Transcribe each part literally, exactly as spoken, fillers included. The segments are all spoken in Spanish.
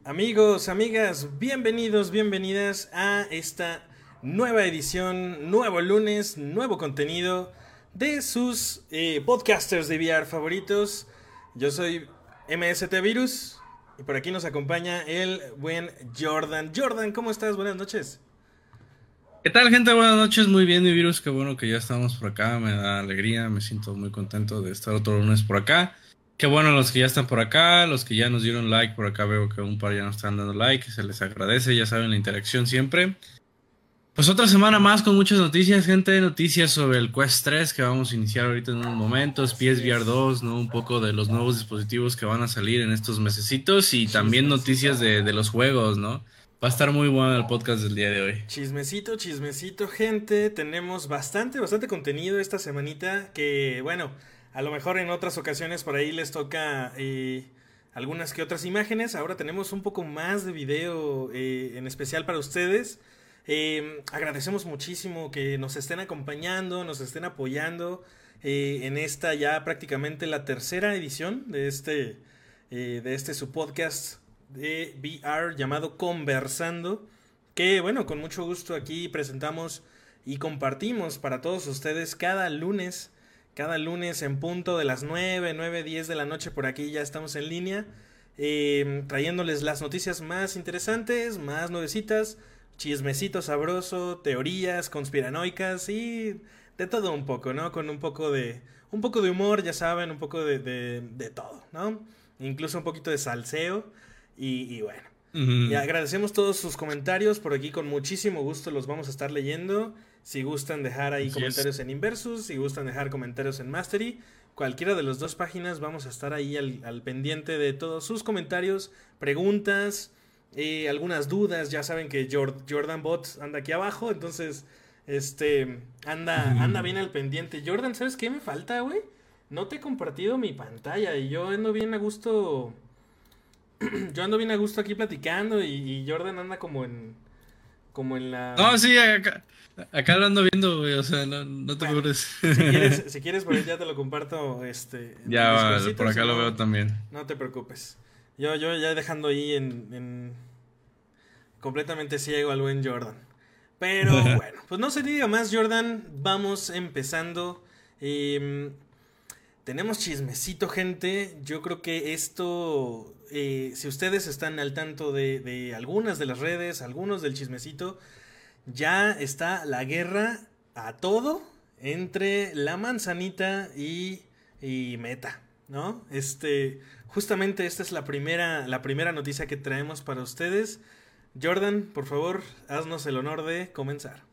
Amigos, amigas, bienvenidos, bienvenidas a esta nueva edición, nuevo lunes, nuevo contenido de sus eh, podcasters de V R favoritos. Yo soy M S T Virus y por aquí nos acompaña el buen Jordan. Jordan, ¿cómo estás? Buenas noches. ¿Qué tal, gente? Buenas noches, muy bien, mi virus. Qué bueno que ya estamos por acá, me da alegría, me siento muy contento de estar otro lunes por acá. Qué bueno los que ya están por acá, los que ya nos dieron like por acá, veo que un par ya nos están dando like, se les agradece, ya saben la interacción siempre. Pues otra semana más con muchas noticias, gente, noticias sobre el Quest tres que vamos a iniciar ahorita en unos momentos, Así PSVR es. dos, ¿no? Un poco de los nuevos dispositivos que van a salir en estos mesecitos y también noticias Chismecito. de, de los juegos, ¿no? Va a estar muy bueno el podcast del día de hoy. Chismecito, chismecito, gente. Tenemos bastante, bastante contenido esta semanita que, bueno, a lo mejor en otras ocasiones por ahí les toca eh, algunas que otras imágenes. Ahora tenemos un poco más de video eh, en especial para ustedes. Eh, agradecemos muchísimo que nos estén acompañando, nos estén apoyando eh, en esta ya prácticamente la tercera edición de este, eh, de este su podcast de V R llamado Conversando, que bueno, con mucho gusto aquí presentamos y compartimos para todos ustedes cada lunes, cada lunes en punto de las nueve nueve diez de la noche por aquí ya estamos en línea, eh, trayéndoles las noticias más interesantes, más nuevecitas, chismecito sabroso, teorías conspiranoicas y de todo un poco, ¿no? Con un poco de, un poco de humor, ya saben, un poco de, de, de todo, ¿no? Incluso un poquito de salseo y, y bueno. Y Ujú. agradecemos todos sus comentarios, por aquí con muchísimo gusto los vamos a estar leyendo. Si gustan dejar ahí Así es. comentarios en Inversus, si gustan dejar comentarios en Mastery, cualquiera de las dos páginas vamos a estar ahí al, al pendiente de todos sus comentarios, preguntas, eh, algunas dudas. Ya saben que Jord- Jordan Bot anda aquí abajo, entonces este anda, anda bien al pendiente. Jordan, ¿sabes qué me falta, güey? No te he compartido mi pantalla y yo ando bien a gusto yo ando bien a gusto aquí platicando y, y Jordan anda como en como en la No, sí, acá, acá lo ando viendo, güey, o sea, no, no te bueno, preocupes. si quieres si quieres por ahí ya te lo comparto este en el Ya, por Discordcito, si acá lo veo no también. no te preocupes. Yo yo ya dejando ahí en, en completamente ciego al buen Jordan. Pero bueno, pues no se diga más, Jordan, vamos empezando. Eh, Tenemos chismecito, gente. Yo creo que esto, eh, si ustedes están al tanto de, de algunas de las redes, algunos del chismecito, ya está la guerra a todo entre la manzanita y, y Meta, ¿no? Este, justamente esta es la primera, la primera noticia que traemos para ustedes. Jordan, por favor, haznos el honor de comenzar.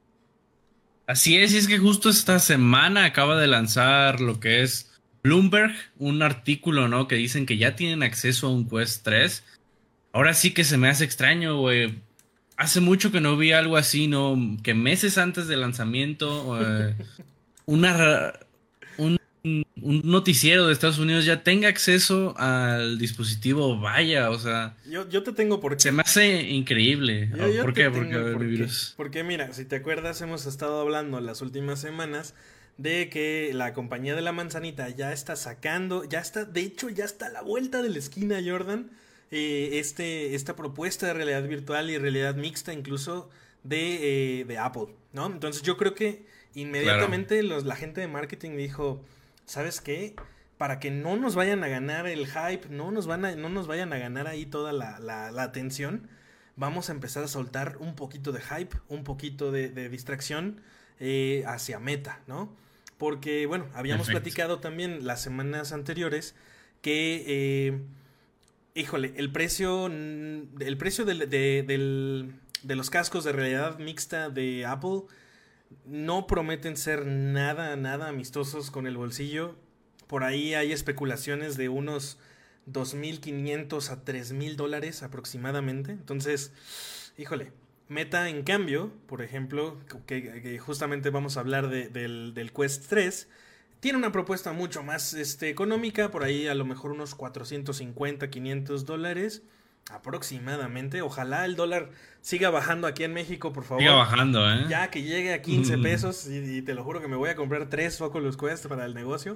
Así es, y es que justo esta semana acaba de lanzar lo que es Bloomberg, un artículo, ¿no? Que dicen que ya tienen acceso a un Quest tres. Ahora sí que se me hace extraño, güey. Hace mucho que no vi algo así, ¿no? Que meses antes del lanzamiento, eh, una, un, un noticiero de Estados Unidos ya tenga acceso al dispositivo, vaya, o sea, Yo, yo te tengo por se qué. me hace increíble. Yo, Oh, yo ¿por te qué? Porque tengo el mi porqué. virus. Porque mira, si te acuerdas, hemos estado hablando las últimas semanas de que la compañía de la manzanita ya está sacando, ya está, de hecho, ya está a la vuelta de la esquina, Jordan, eh, este, esta propuesta de realidad virtual y realidad mixta incluso de, eh, de Apple, ¿no? Entonces yo creo que Claro, inmediatamente los, la gente de marketing dijo, ¿sabes qué? Para que no nos vayan a ganar el hype, no nos, van a, no nos vayan a ganar ahí toda la, la, la atención, vamos a empezar a soltar un poquito de hype, un poquito de, de distracción eh, hacia Meta, ¿no? Porque, bueno, en habíamos efecto. platicado también las semanas anteriores que, eh, híjole, el precio, el precio del, de, del, de los cascos de realidad mixta de Apple no prometen ser nada, nada amistosos con el bolsillo. Por ahí hay especulaciones de unos dos mil quinientos a tres mil dólares aproximadamente. Entonces, híjole, Meta en cambio, por ejemplo, que, que justamente vamos a hablar de, del, del Quest tres, tiene una propuesta mucho más este, económica, por ahí a lo mejor unos cuatrocientos cincuenta, quinientos dólares. Aproximadamente. Ojalá el dólar siga bajando aquí en México, por Siga favor. bajando, ¿eh? Ya que llegue a quince pesos y, y te lo juro que me voy a comprar tres Oculus Quest para el negocio.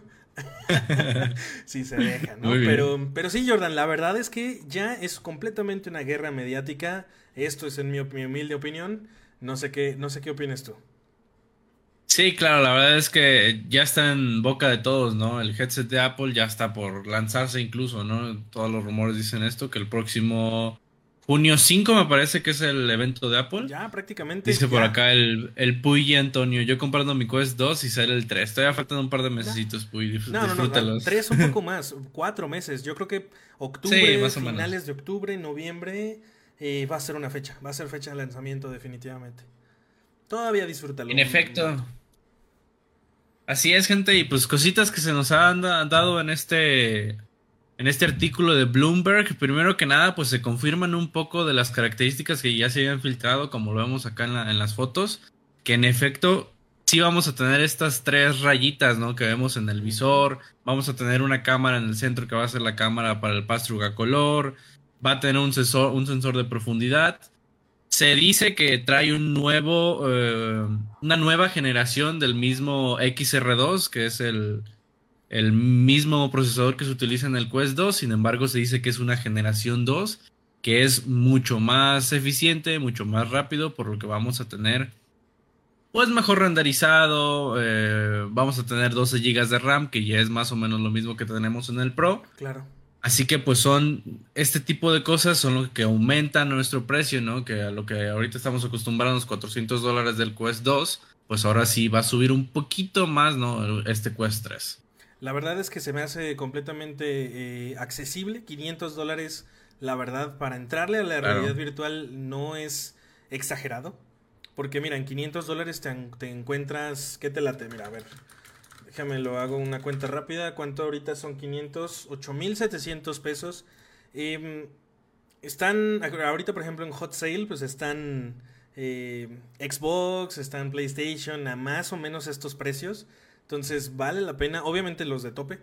Si se deja, ¿no? Muy bien. Pero, pero sí, Jordan, la verdad es que ya es completamente una guerra mediática. Esto es en mi, op- mi humilde opinión. No sé qué, no sé qué opinas tú. Sí, claro, la verdad es que ya está en boca de todos, ¿no? El headset de Apple ya está por lanzarse incluso, ¿no? Todos los rumores dicen esto, que el próximo junio cinco me parece que es el evento de Apple. Ya, prácticamente Dice por ya. acá el, el Puy Antonio, yo comprando mi Quest dos y sale el tres. Todavía faltan un par de Ya. mesecitos, Puy, dif- No, no, no, a- disfrútalos. tres un poco más, cuatro meses. Yo creo que Sí, octubre, más o menos. finales de octubre, noviembre, eh, va a ser una fecha, va a ser fecha de lanzamiento definitivamente. Todavía disfrútalo En un, un rato. efecto, así es, gente, y pues cositas que se nos han da- dado en este, en este artículo de Bloomberg. Primero que nada, pues se confirman un poco de las características que ya se habían filtrado, como lo vemos acá en, la- en las fotos, que en efecto sí vamos a tener estas tres rayitas, ¿no? Que vemos en el Ujú. visor, vamos a tener una cámara en el centro que va a ser la cámara para el pass-through a color, va a tener un sensor, un sensor de profundidad. Se dice que trae un nuevo, eh, una nueva generación del mismo X R dos, que es el, el mismo procesador que se utiliza en el Quest dos. Sin embargo, se dice que es una generación dos, que es mucho más eficiente, mucho más rápido, por lo que vamos a tener, pues, mejor renderizado. Eh, vamos a tener doce gigas de RAM, que ya es más o menos lo mismo que tenemos en el Pro. Claro. Así que pues son este tipo de cosas son lo que aumentan nuestro precio, ¿no? Que a lo que ahorita estamos acostumbrados, cuatrocientos dólares del Quest dos, pues ahora sí va a subir un poquito más, ¿no? Este Quest tres. La verdad es que se me hace completamente eh, accesible. Quinientos dólares, la verdad, para entrarle a la realidad Claro. virtual no es exagerado. Porque mira, en quinientos dólares te, en- te encuentras... ¿Qué te late? Mira, a ver. Déjame lo hago una cuenta rápida. ¿Cuánto ahorita son quinientos? Ocho mil setecientos pesos. Em, están, ahorita por ejemplo en Hot Sale, pues están eh, Xbox, están PlayStation a más o menos estos precios. Entonces vale la pena, obviamente los de tope.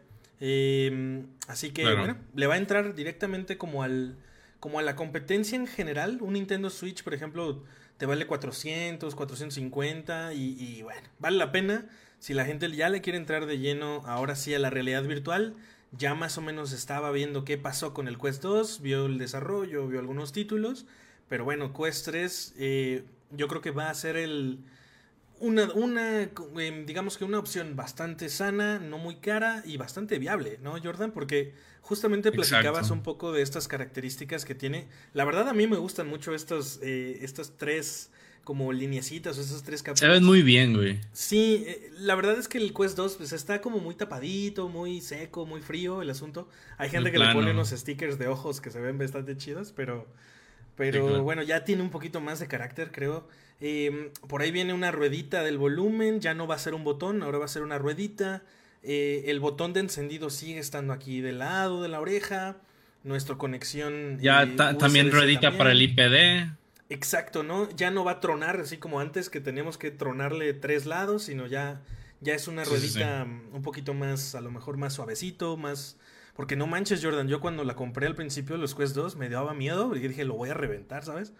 Eh, así que Claro. bueno, le va a entrar directamente como al como a la competencia en general. Un Nintendo Switch, por ejemplo, te vale cuatrocientos, cuatrocientos cincuenta y, y bueno, vale la pena. Si la gente ya le quiere entrar de lleno ahora sí a la realidad virtual, ya más o menos estaba viendo qué pasó con el Quest dos, vio el desarrollo, vio algunos títulos, pero bueno, Quest tres eh, yo creo que va a ser el, una, una eh, digamos que una opción bastante sana, no muy cara y bastante viable, ¿no, Jordan? Porque justamente platicabas Exacto. un poco de estas características que tiene. La verdad a mí me gustan mucho estos, eh, estas tres como lineecitas o esas tres Se ven cápsulas. muy bien, güey. Sí, eh, la verdad es que el Quest dos pues, está como muy tapadito, muy seco, muy frío el asunto. Hay Muy gente que le pone unos plano. stickers de ojos que se ven bastante chidos, pero, Sí, pero claro. bueno, ya tiene un poquito más de carácter, creo. Eh, por ahí viene una ruedita del volumen, ya no va a ser un botón, ahora va a ser una ruedita. Eh, el botón de encendido sigue estando aquí del lado de la oreja. Nuestra conexión Ya eh, ta- también U S B-C ruedita para el también. I P D. Exacto, ¿no? Ya no va a tronar así como antes que teníamos que tronarle tres lados, sino ya, ya es una Sí, sí, sí. ruedita mm, un poquito más, a lo mejor más suavecito, más... Porque no manches, Jordan, yo cuando la compré al principio, los Quest dos, me daba miedo, porque dije, lo voy a reventar, ¿sabes?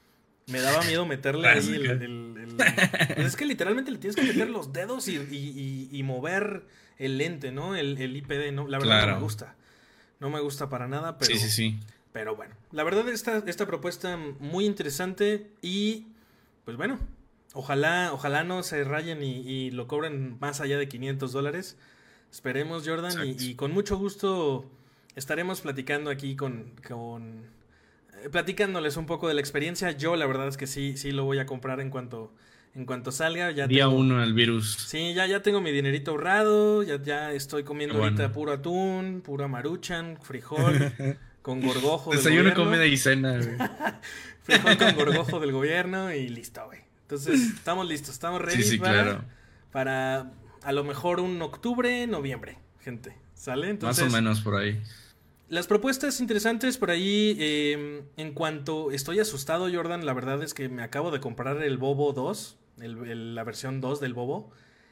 Me daba miedo meterle ahí el... Clásica. el- el- Pues es que literalmente le tienes que meter los dedos y, y- y- y mover el lente, ¿no? El, el I P D, ¿no? La verdad no me Claro. gusta. No me gusta para nada, Sí, sí, pero... sí. Pero bueno, la verdad esta, esta propuesta muy interesante y pues bueno, ojalá, ojalá no se rayen y, y lo cobren más allá de quinientos dólares. Esperemos, Jordan, y, Exacto. y con mucho gusto estaremos platicando aquí con, con eh, platicándoles un poco de la experiencia. Yo la verdad es que sí, sí lo voy a comprar en cuanto, en cuanto salga. Ya Día tengo, uno el virus. sí, ya, ya tengo mi dinerito ahorrado, ya, ya estoy Qué comiendo ahorita bueno. puro atún, pura maruchan, frijol, con gorgojo del Desayuno, gobierno. comida y cena, güey. Frijol con gorgojo del gobierno y listo, güey. Entonces, estamos listos, estamos Sí, ready sí, para, claro. para a lo mejor un octubre, noviembre, gente. ¿Sale? Más o Entonces, menos por ahí. las propuestas interesantes por ahí, eh, en cuanto estoy asustado, Jordan, la verdad es que me acabo de comprar el Bobo dos, el- el- la versión dos del Bobo.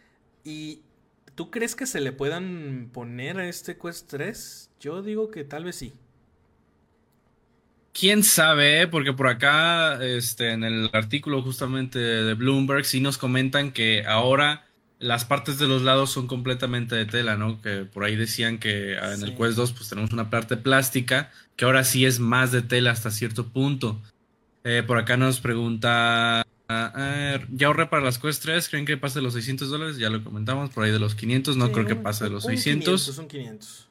¿Y tú crees que se le puedan poner a este Quest tres? Yo digo que tal vez sí. quién sabe, ¿eh? Porque por acá, este, en el artículo justamente de Bloomberg, sí nos comentan que ahora las partes de los lados son completamente de tela, ¿no? Que por ahí decían que ah, en el Sí. Quest dos pues tenemos una parte plástica, que ahora sí es más de tela hasta cierto punto. Eh, por acá nos pregunta, ah, eh, ¿ya ahorré para las Quest tres? ¿Creen que pase de los seiscientos dólares? Ya lo comentamos, por ahí de los quinientos, Sí, no creo que un, pase de un, los un quinientos, seiscientos. un quinientos.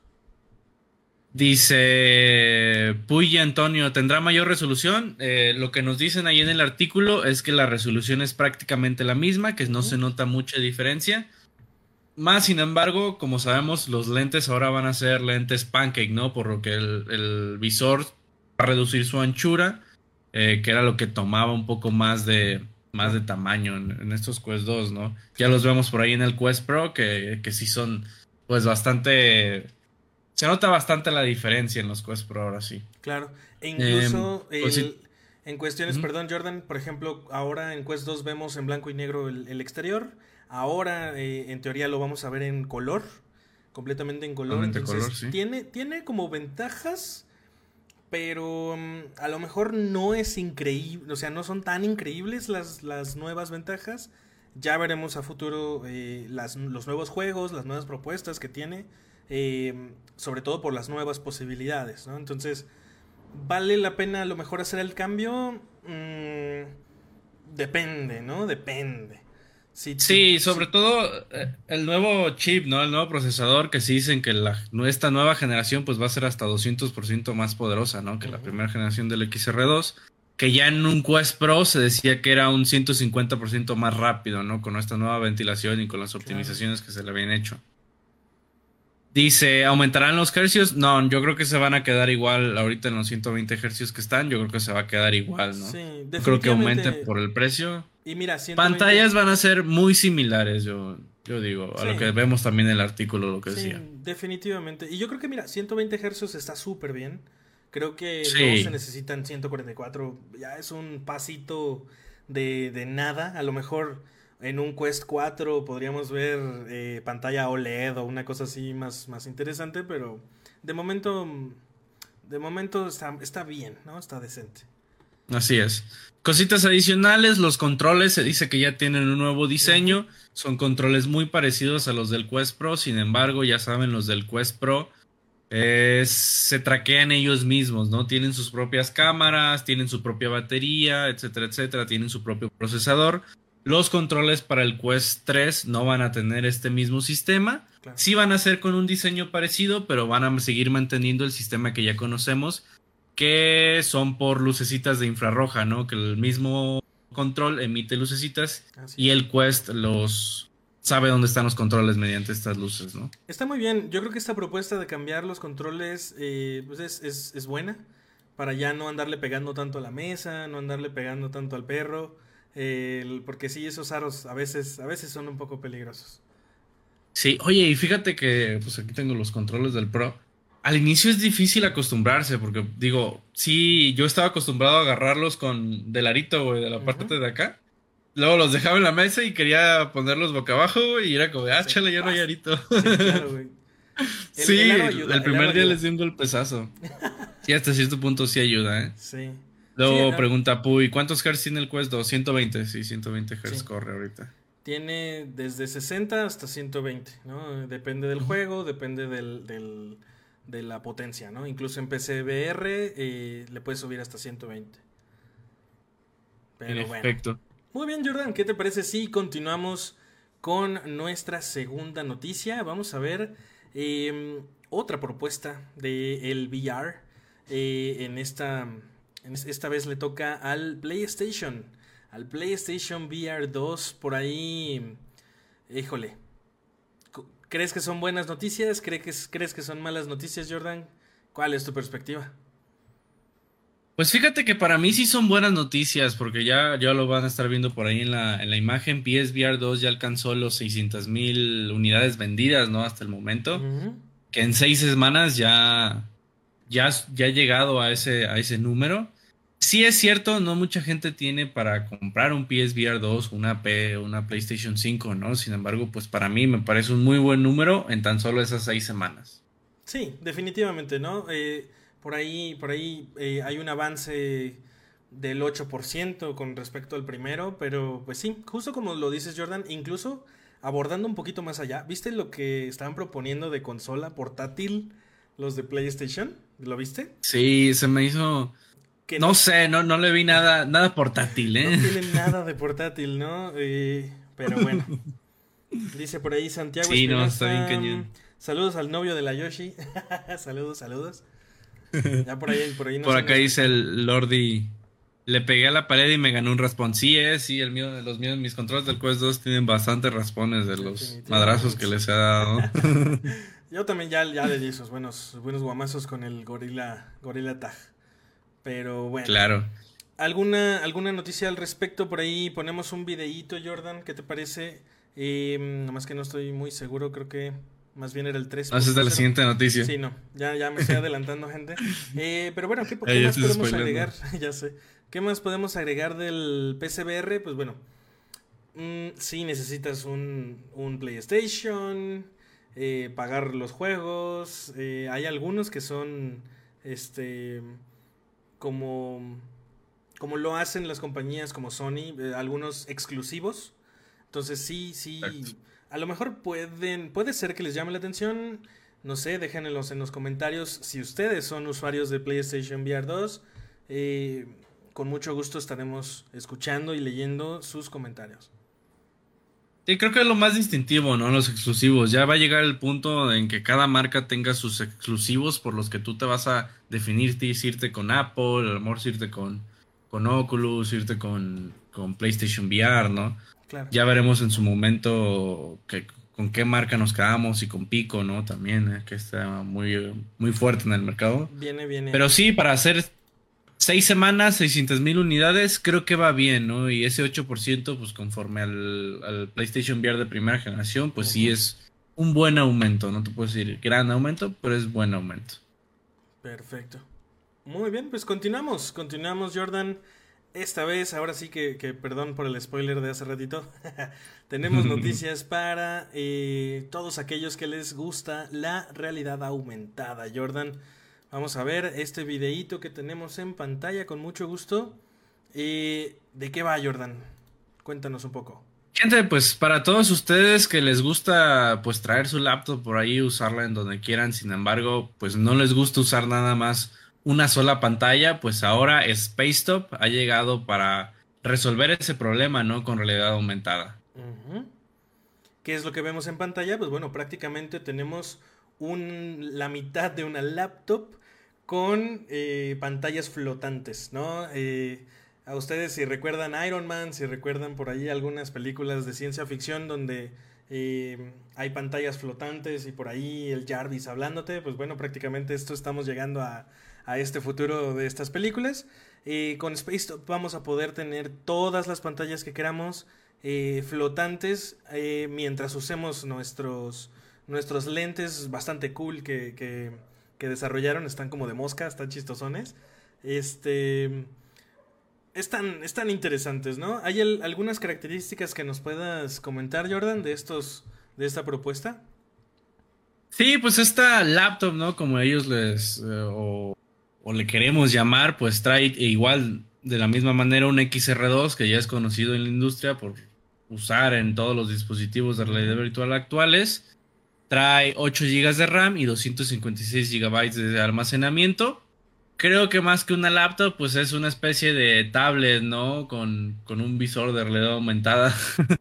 Dice Puy Antonio, ¿tendrá mayor resolución? Eh, lo que nos dicen ahí en el artículo es que la resolución es prácticamente la misma, que no se Ujú. nota mucha diferencia. Más sin embargo, como sabemos, los lentes ahora van a ser lentes pancake, ¿no? Por lo que el, el visor va a reducir su anchura, eh, que era lo que tomaba un poco más de, más de tamaño en, en estos Quest dos, ¿no? Ya los vemos por ahí en el Quest Pro, que, que sí son, pues, bastante. Se nota bastante la diferencia en los Quest Pro ahora sí. Claro. E Em, incluso pues sí. el, en cuestiones, Ujú. perdón, Jordan, por ejemplo, ahora en Quest dos vemos en blanco y negro el, el exterior. Ahora, eh, en teoría, lo vamos a ver en color, completamente en color. Totalmente color, Entonces, sí. tiene, tiene como ventajas, pero mm, a lo mejor no es increíble, o sea, no son tan increíbles las, las nuevas ventajas. Ya veremos a futuro eh, las, los nuevos juegos, las nuevas propuestas que tiene, eh, sobre todo por las nuevas posibilidades, ¿no? Entonces, ¿vale la pena a lo mejor hacer el cambio? Mm, depende, ¿no? Depende. Si, si, Sí, sobre si, todo eh, el nuevo chip, ¿no? El nuevo procesador que sí dicen que la, esta nueva generación pues va a ser hasta doscientos por ciento más poderosa, ¿no? Que la Ujú, primera generación del X R dos, que ya en un Quest Pro se decía que era un ciento cincuenta por ciento más rápido, ¿no? Con esta nueva ventilación y con las claro. optimizaciones que se le habían hecho. Dice, ¿aumentarán los hercios? No, yo creo que se van a quedar igual ahorita en los ciento veinte hercios que están, yo creo que se va a quedar igual, ¿no? Sí, No creo que aumente definitivamente. por el precio. Y mira, ciento veinte. Pantallas van a ser muy similares, yo, yo digo, a lo que Sí, vemos también en el artículo, lo que sí, decía. definitivamente. Y yo creo que, mira, ciento veinte Hz está súper bien. Creo que no se Sí, necesitan ciento cuarenta y cuatro. Ya es un pasito de, de nada. A lo mejor en un Quest cuatro podríamos ver eh, pantalla O L E D o una cosa así más, más interesante. Pero de momento, de momento está, está bien, ¿no? Está decente. así es. Cositas adicionales, los controles se dice que ya tienen un nuevo Ujú, diseño, son controles muy parecidos a los del Quest Pro, sin embargo, ya saben, los del Quest Pro eh, se traquean ellos mismos, ¿no? Tienen sus propias cámaras, tienen su propia batería, etcétera, etcétera, tienen su propio procesador. Los controles para el Quest tres no van a tener este mismo sistema. claro. Sí van a ser con un diseño parecido, pero van a seguir manteniendo el sistema que ya conocemos, que son por lucecitas de infrarroja, ¿no? Que el mismo control emite lucecitas Así y es. el Quest los sabe dónde están los controles mediante estas luces, ¿no? Está muy bien. Yo creo que esta propuesta de cambiar los controles eh, pues es, es, es buena para ya no andarle pegando tanto a la mesa, no andarle pegando tanto al perro, eh, el- porque sí, esos aros a veces, a veces son un poco peligrosos. Sí, oye, y fíjate que pues aquí tengo los controles del Pro. Al inicio es difícil acostumbrarse porque digo, sí, yo estaba acostumbrado a agarrarlos con del arito, güey, de la Ujú. parte de acá. Luego los dejaba en la mesa y quería ponerlos boca abajo, güey, y era como, ah, Sí, chale, ya no hay pas- arito. sí, claro, güey. El, el aro Sí, el ayuda, el aro primer día les ayuda. di un golpezazo. Sí, hasta cierto punto sí ayuda, ¿eh? Sí. Sí, Luego ah, pregunta Puy, ¿cuántos hertz tiene el Quest dos? ciento veinte, sí, ciento veinte hertz sí. corre ahorita. Tiene desde sesenta hasta ciento veinte, ¿no? Depende del Ujú. juego, depende del, del- de la potencia, ¿no? Incluso en P C V R eh, le puedes subir hasta ciento veinte. En Pero bueno. efecto. Muy bien, Jordan, ¿qué te parece si continuamos con nuestra segunda noticia? Vamos a ver eh, otra propuesta del V R. Eh, en esta, en es- esta vez le toca al PlayStation. Al PlayStation V R dos. Por ahí, híjole. cu- ¿Crees que son buenas noticias? ¿Crees que, es- ¿Crees que son malas noticias, Jordan? ¿Cuál es tu perspectiva? Pues fíjate que para mí sí son buenas noticias, porque ya, ya lo van a estar viendo por ahí en la, en la imagen. P S V R dos ya alcanzó los seiscientas mil unidades vendidas, ¿no? Hasta el momento. Ujú, Que en seis semanas ya, ya, ya ha llegado a ese, a ese número. Sí es cierto, no mucha gente tiene para comprar un P S V R dos, una P, una PlayStation cinco, ¿no? Sin embargo, pues para mí me parece un muy buen número en tan solo esas seis semanas. sí, definitivamente, ¿no? Eh, Por ahí, por ahí eh, hay un avance del ocho por ciento con respecto al primero, pero pues sí, justo como lo dices Jordan, incluso abordando un poquito más allá, ¿viste lo que estaban proponiendo de consola portátil los de PlayStation? ¿Lo viste? Sí, se me hizo... Que No no, sé, no, no le vi nada, nada portátil, no ¿eh? tienen nada de portátil, ¿no? Eh, pero bueno, dice por ahí Santiago Sí, no, está bien Espinosa, mm, cañón. saludos al novio de la Yoshi, saludos, saludos. Ya por ahí, por ahí nos Por han acá dice escuchado. el Lordi. Le pegué a la pared y me ganó un raspón. Sí, es, sí, el mío, los míos, mis controles del Quest dos tienen bastantes raspones de los madrazos que Definitivamente. les he dado. Yo también ya, ya le di esos buenos, buenos guamazos con el Gorilla, Gorilla Tag. Pero bueno. Claro. ¿Alguna, alguna noticia al respecto? Por ahí ponemos un videíto, Jordan. ¿Qué te parece? Eh, nomás que no estoy muy seguro. Creo que más bien era el tres No, esa es de punto la cero. siguiente noticia. Sí, no. Ya, ya me estoy adelantando, gente. Eh, pero bueno, ¿qué, po- qué Ahí ya más estoy podemos spoileando. agregar? Ya sé. ¿Qué más podemos agregar del P S V R? Pues bueno. Mm, sí, necesitas un, un PlayStation, eh, pagar los juegos. Eh, hay algunos que son, este, como, como lo hacen las compañías como Sony, eh, algunos exclusivos. Entonces sí, Exacto. sí, a lo mejor pueden, puede ser que les llame la atención. No sé, déjenlos en los comentarios si ustedes son usuarios de PlayStation V R dos. eh, con mucho gusto estaremos escuchando y leyendo sus comentarios. Sí, creo que es lo más distintivo, ¿no? Los exclusivos. Ya va a llegar el punto en que cada marca tenga sus exclusivos por los que tú te vas a definirte, si irte con Apple, a lo mejor si irte con, con Oculus, irte con, con PlayStation V R, ¿no? Claro. Ya veremos en su momento que, con qué marca nos quedamos y con Pico, ¿no? También, eh, que está muy, muy fuerte en el mercado. Viene, viene. Pero sí, para hacer seis semanas, seiscientas mil unidades, creo que va bien, ¿no? Y ese ocho por ciento, pues conforme al, al PlayStation V R de primera generación, pues sí Ujú. es un buen aumento. No te puedo decir gran aumento, pero es buen aumento. Perfecto. Muy bien, pues continuamos. Continuamos, Jordan. Esta vez, ahora sí que, que perdón por el spoiler de hace ratito. Tenemos noticias para eh, todos aquellos que les gusta la realidad aumentada, Jordan. Vamos a ver este videíto que tenemos en pantalla con mucho gusto. Eh, ¿de qué va, Jordan? Cuéntanos un poco. Gente, pues para todos ustedes que les gusta pues traer su laptop por ahí, usarla en donde quieran, sin embargo, pues no les gusta usar nada más una sola pantalla, pues ahora Spacetop ha llegado para resolver ese problema, ¿no? Con realidad aumentada. Ujú. ¿Qué es lo que vemos en pantalla? Pues bueno, prácticamente tenemos un, la mitad de una laptop con eh, pantallas flotantes, ¿no? Eh, a ustedes si recuerdan Iron Man, si recuerdan por ahí algunas películas de ciencia ficción donde eh, hay pantallas flotantes y por ahí el Jarvis hablándote, pues bueno, prácticamente esto estamos llegando a, a este futuro de estas películas. Eh, con Spacetop vamos a poder tener todas las pantallas que queramos eh, flotantes eh, mientras usemos nuestros, nuestros lentes bastante cool que, que, que desarrollaron. Están como de mosca, están chistosones. Este... Están, están interesantes, ¿no? ¿Hay el- algunas características que nos puedas comentar, Jordan, de estos, de esta propuesta? Sí, pues esta laptop, ¿no? Como ellos les eh, o, o le queremos llamar, pues trae igual de la misma manera un X R dos que ya es conocido en la industria por usar en todos los dispositivos de realidad Ujú. virtual actuales. Trae ocho gigas de RAM y doscientos cincuenta y seis gigabytes de almacenamiento. Creo que más que una laptop, pues es una especie de tablet, ¿no? Con, con un visor de realidad aumentada.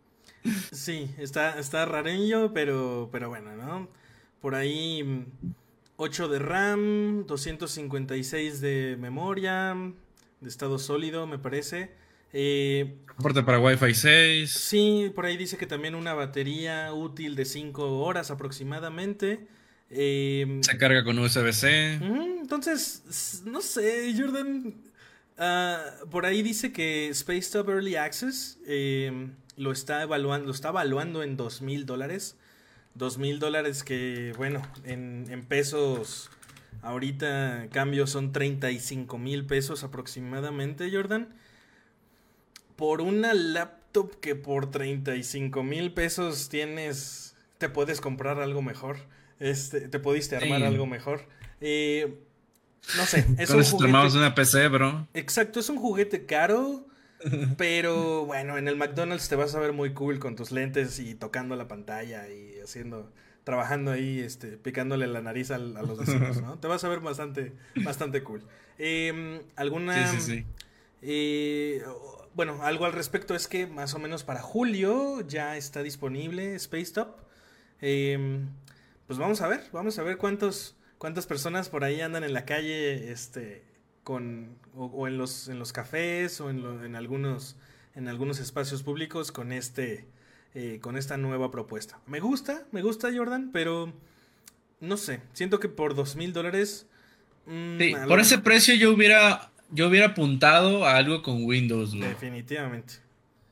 Sí, está, está rarillo, pero, pero bueno, ¿no? Por ahí mm, ocho de RAM, doscientos cincuenta y seis de memoria, de estado sólido, me parece. Eh, Soporte para Wi-Fi seis. sí, por ahí dice que también una batería útil de cinco horas aproximadamente. Eh, Se carga con U S B-C. mm, entonces, s- no sé, Jordan. Ah, por ahí dice que Space Top Early Access eh, lo está evaluando, lo está evaluando en dos mil dólares. Dos mil dólares que, bueno, en, en pesos, ahorita cambios son treinta y cinco mil pesos aproximadamente, Jordan. Por una laptop que por treinta y cinco mil pesos tienes, te puedes comprar algo mejor. Este, te pudiste armar algo Sí. mejor. Eh, no sé, es Con un eso armamos juguete. una P C, bro. Exacto, es un juguete caro, pero bueno, en el McDonald's te vas a ver muy cool con tus lentes y tocando la pantalla y haciendo, trabajando ahí, este, picándole la nariz al- a los vecinos, ¿no? Te vas a ver bastante, bastante cool. Em, Sí, ¿alguna, sí, sí. eh, bueno, algo al respecto es que más o menos para julio ya está disponible Space Top. Em, pues vamos a ver, vamos a ver cuántos, cuántas personas por ahí andan en la calle, este, con, o, o en los, en los cafés o en, lo- en algunos, en algunos espacios públicos con este, eh, con esta nueva propuesta. Me gusta, me gusta Jordan, pero no sé, siento que por dos mil dólares, mm, Sí, a lo por ese mejor, precio yo hubiera, yo hubiera apuntado a algo con Windows, bro. definitivamente,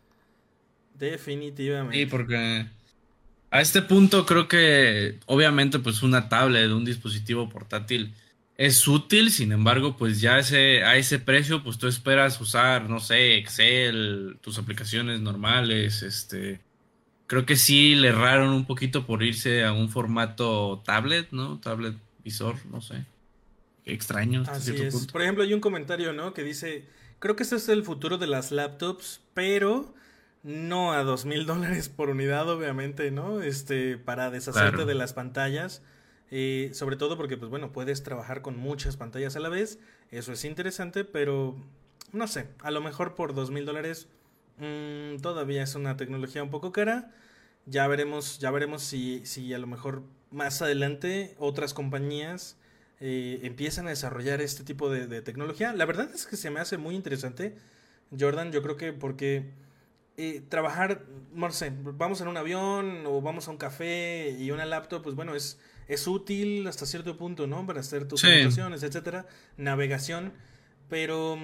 Sí, definitivamente. porque a este punto creo que obviamente pues una tablet, un dispositivo portátil es útil, sin embargo pues ya ese, a ese precio pues tú esperas usar, no sé, Excel, tus aplicaciones normales, este, creo que sí le erraron un poquito por irse a un formato tablet, ¿no? Tablet visor, no sé, extraño hasta Así cierto es. punto. Por ejemplo, hay un comentario, ¿no? Que dice, creo que este es el futuro de las laptops, pero no a dos mil dólares por unidad, obviamente, ¿no? Este, para deshacerte Claro. de las pantallas. Eh, sobre todo porque, pues bueno, puedes trabajar con muchas pantallas a la vez. Eso es interesante, pero no sé, a lo mejor por dos mil dólares mm, todavía es una tecnología un poco cara. Ya veremos, ya veremos si, si a lo mejor más adelante otras compañías eh, empiezan a desarrollar este tipo de, de tecnología. La verdad es que se me hace muy interesante, Jordan. Yo creo que porque eh, trabajar, no sé, vamos en un avión o vamos a un café y una laptop, pues bueno, es, es útil hasta cierto punto, ¿no? Para hacer tus Sí, anotaciones, etcétera, navegación, pero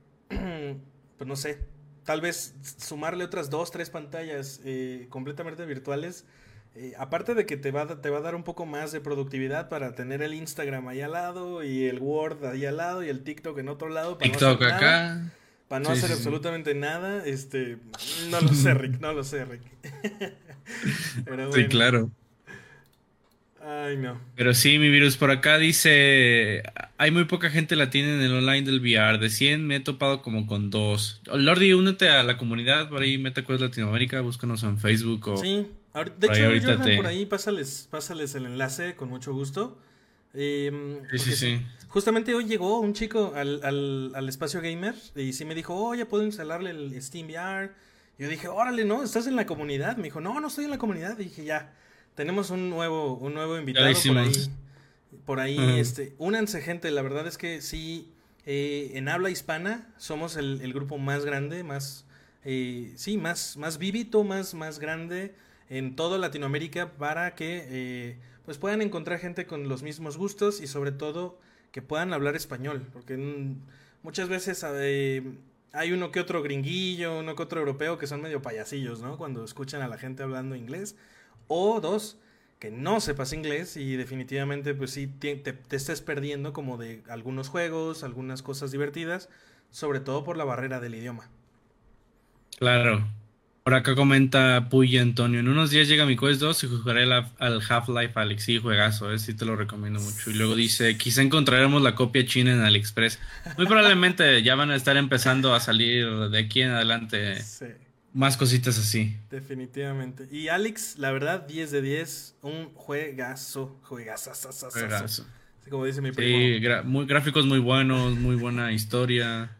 pues no sé, tal vez sumarle otras dos, tres pantallas eh, completamente virtuales. Eh, aparte de que te va, a- te va a dar un poco más de productividad para tener el Instagram ahí al lado y el Word ahí al lado y el TikTok en otro lado para no hacer TikTok nada, acá. para no Sí, hacer sí, sí. absolutamente nada, este, no lo sé, Rick, no lo sé, Rick. Pero Sí, bueno, claro. ay no. Pero sí, mi virus por acá dice, hay muy poca gente la tiene en el online del V R. De cien me he topado como con dos. Lordi, únete a la comunidad por ahí, MetaQuest Latinoamérica, búscanos en Facebook o Sí, ahor- de por ahí hecho, ahorita Jordan, por te... ahí pásales, pásales el enlace con mucho gusto. Em, Sí, sí, porque sí, sí. justamente hoy llegó un chico al, al, al espacio gamer y sí me dijo, oye, ¿puedo instalarle el Steam V R? Yo dije, órale, ¿no? ¿Estás en la comunidad? Me dijo, no, no estoy en la comunidad. Y dije, ya, tenemos un nuevo, un nuevo Ya lo invitado por ahí. hicimos. Por ahí, este, únanse gente, la verdad es que sí, eh, en habla hispana somos el, el grupo más grande, más, eh, sí, más, más vivito, más, más grande en toda Latinoamérica para que eh, pues puedan encontrar gente con los mismos gustos y sobre todo que puedan hablar español, porque mm, muchas veces eh, hay uno que otro gringuillo, uno que otro europeo que son medio payasillos, ¿no? Cuando escuchan a la gente hablando inglés. O dos, que no sepas inglés y definitivamente pues sí te, te, te estés perdiendo como de algunos juegos, algunas cosas divertidas, sobre todo por la barrera del idioma. Claro. Por acá comenta Puy Antonio. En unos días llega mi Quest dos y jugaré la- al Half-Life Alyx. Sí, juegazo, eh, sí te lo recomiendo mucho. Y luego dice, quizá encontraremos la copia china en AliExpress. Muy probablemente ya van a estar empezando a salir de aquí en adelante Sí, más cositas así. definitivamente. Y Alex, la verdad, diez de diez, un juegazo, juegazazazazazo. Juegazo. Así como dice mi primo. Sí, gra- muy, gráficos muy buenos, muy buena historia.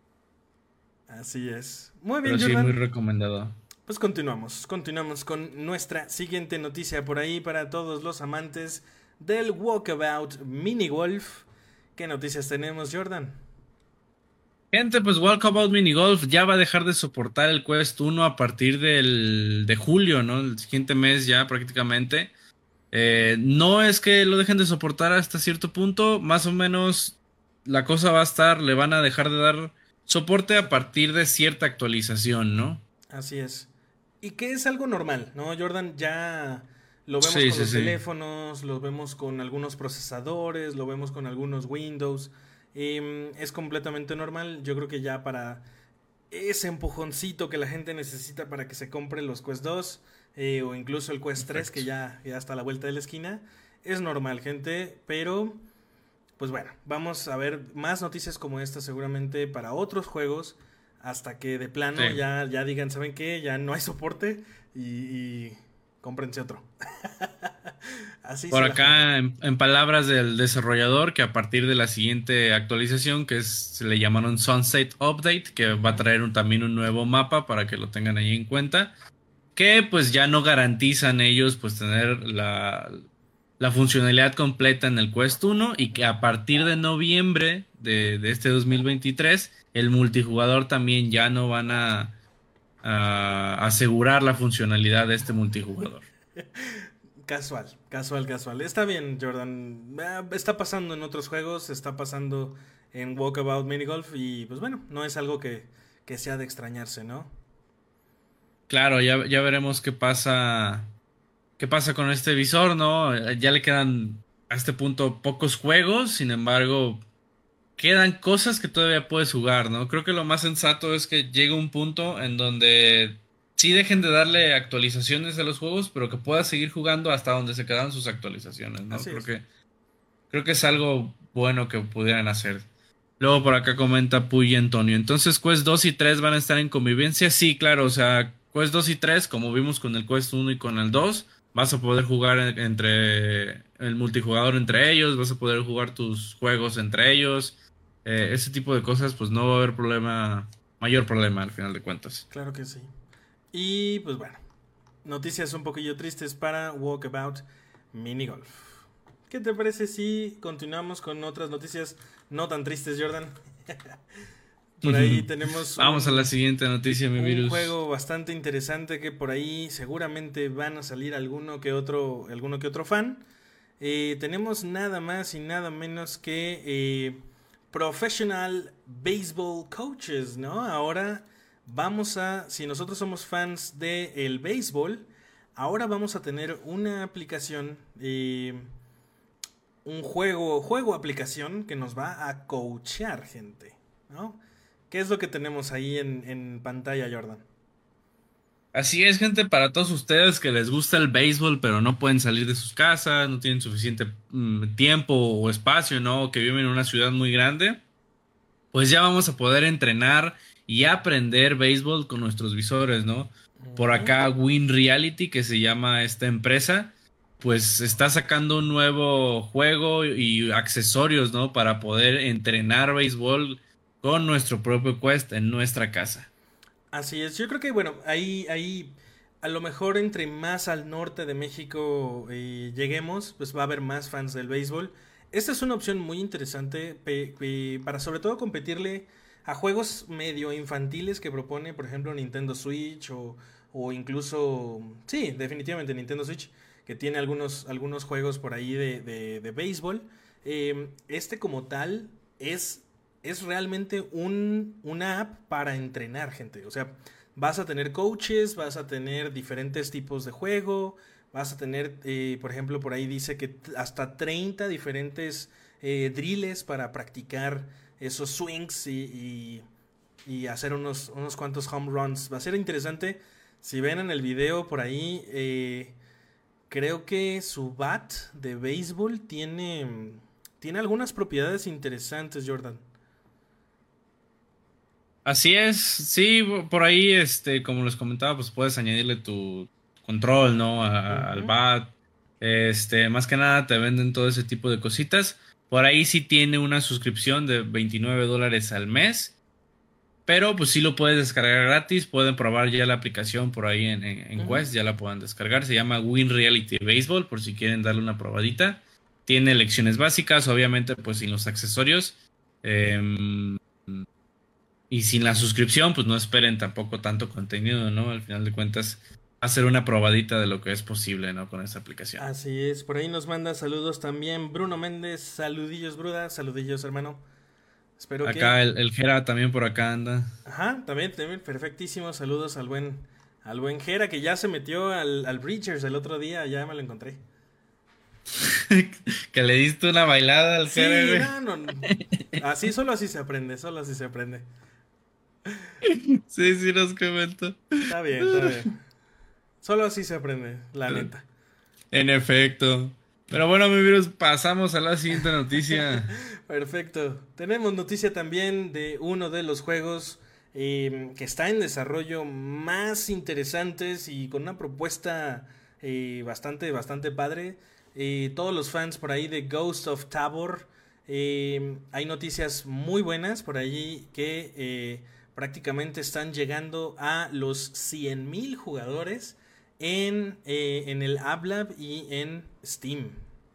Así es. Muy Pero bien, sí, muy Jordan. recomendado. Pues continuamos, continuamos con nuestra siguiente noticia por ahí para todos los amantes del Walkabout Mini Golf. ¿Qué noticias tenemos, Jordan? Gente, pues Walkabout Mini Golf ya va a dejar de soportar el Quest uno a partir del, de julio, ¿no? El siguiente mes ya prácticamente. Eh, no es que lo dejen de soportar hasta cierto punto, más o menos la cosa va a estar, le van a dejar de dar soporte a partir de cierta actualización, ¿no? Así es. Y que es algo normal, ¿no, Jordan? Ya lo vemos Sí, con sí, los sí. teléfonos, lo vemos con algunos procesadores, lo vemos con algunos Windows. Em, es completamente normal. Yo creo que ya para ese empujoncito que la gente necesita para que se compre los Quest dos eh, o incluso el Quest tres que Perfecto. ya, ya está a la vuelta de la esquina, es normal, gente, pero pues bueno, vamos a ver más noticias como esta seguramente para otros juegos hasta que de plano Sí. ya, ya digan, ¿saben qué? Ya no hay soporte y, y cómprense otro. Así Por se la juegan. acá, en, en palabras del desarrollador, que a partir de la siguiente actualización, que es, se le llamaron Sunset Update, que va a Ujú. traer un- también un nuevo mapa para que lo tengan ahí en cuenta, que pues ya no garantizan ellos pues tener la, la funcionalidad completa en el Quest uno y que a partir de noviembre de, de este dos mil veintitrés el multijugador también ya no van a, a asegurar la funcionalidad de este multijugador. Casual, casual, casual. Está bien, Jordan. Ah, está pasando en otros juegos, está pasando en Walkabout Minigolf y pues bueno, no es algo que, que sea de extrañarse, ¿no? Claro, ya, ya veremos qué pasa, qué pasa con este visor, ¿no? Eh, Ya le quedan a este punto pocos juegos, sin embargo, quedan cosas que todavía puedes jugar, ¿no? Creo que lo más sensato es que llegue un punto en donde sí dejen de darle actualizaciones a los juegos, pero que puedas seguir jugando hasta donde se quedan sus actualizaciones, ¿no? Así Creo es. que, creo que es algo bueno que pudieran hacer. Luego por acá comenta Puy Antonio. Entonces, Quest dos y tres van a estar en convivencia. Sí, claro, o sea, Quest dos y tres, como vimos con el Quest uno y con el dos, vas a poder jugar en- entre el multijugador entre ellos, vas a poder jugar tus juegos entre ellos. Eh, ese tipo de cosas, pues no va a haber problema, mayor problema al final de cuentas. Claro que sí. Y pues bueno, noticias un poquillo tristes para Walkabout Minigolf. ¿Qué te parece si continuamos con otras noticias no tan tristes, Jordan? Por ahí tenemos Vamos a la un, siguiente noticia, mi un virus. juego bastante interesante que por ahí seguramente van a salir alguno que otro, alguno que otro fan. Eh, tenemos nada más y nada menos que eh, Professional Baseball Coaches, ¿no? Ahora vamos a, si nosotros somos fans del béisbol, ahora vamos a tener una aplicación, eh, un juego, juego aplicación que nos va a coachear, gente, ¿no? ¿Qué es lo que tenemos ahí en, en pantalla, Jordan? Así es, gente, para todos ustedes que les gusta el béisbol, pero no pueden salir de sus casas, no tienen suficiente mm, tiempo o espacio, ¿no? O que viven en una ciudad muy grande, pues ya vamos a poder entrenar y aprender béisbol con nuestros visores, ¿no? Por Ujú. acá, Win Reality, que se llama esta empresa, pues está sacando un nuevo juego y accesorios, ¿no? Para poder entrenar béisbol con nuestro propio Quest en nuestra casa. Así es, yo creo que bueno, ahí, ahí a lo mejor entre más al norte de México eh, lleguemos, pues va a haber más fans del béisbol. Esta es una opción muy interesante pe- pe- para sobre todo competirle a juegos medio infantiles que propone, por ejemplo, Nintendo Switch o, o incluso, sí, definitivamente Nintendo Switch, que tiene algunos, algunos juegos por ahí de, de, de béisbol. Eh, este como tal es es realmente un, una app para entrenar gente. O sea, vas a tener coaches, vas a tener diferentes tipos de juego, vas a tener, eh, por ejemplo, por ahí dice que hasta treinta diferentes eh, drills para practicar esos swings y, y, y hacer unos, unos cuantos home runs. Va a ser interesante. Si ven en el video por ahí, eh, creo que su bat de béisbol tiene, tiene algunas propiedades interesantes, Jordan. Así es, sí, por ahí, este, como les comentaba, pues puedes añadirle tu control, ¿no? A- al Ujú. bat. Este, más que nada te venden todo ese tipo de cositas. Por ahí sí tiene una suscripción de veintinueve dólares al mes, pero pues sí lo puedes descargar gratis. Pueden probar ya la aplicación por ahí en, en, en Ujú. Quest, ya la pueden descargar. Se llama Win Reality Baseball, por si quieren darle una probadita. Tiene lecciones básicas, obviamente, pues sin los accesorios. Em, y sin la suscripción, pues no esperen tampoco tanto contenido, ¿no? Al final de cuentas, hacer una probadita de lo que es posible, ¿no? Con esta aplicación. Así es, por ahí nos manda saludos también Bruno Méndez, saludillos Bruda, saludillos hermano. Espero que... Acá el, el Jera también por acá anda. Ajá, también, también, perfectísimos saludos al buen, al buen Jera que ya se metió al, al Breachers el otro día, ya me lo encontré. Que le diste una bailada al Jera, Sí, güey. no, no, no. Así, solo así se aprende, solo así se aprende. Sí, sí, nos comentó. Está bien, está bien. Solo así se aprende, la neta. En efecto. Pero bueno, mi virus, pasamos a la siguiente noticia. Perfecto. Tenemos noticia también de uno de los juegos eh, que está en desarrollo más interesantes y con una propuesta eh, bastante, bastante padre. Eh, todos los fans por ahí de Ghost of Tabor, eh, hay noticias muy buenas por allí que eh, prácticamente están llegando a los cien mil jugadores en, eh, en el App Lab y en Steam.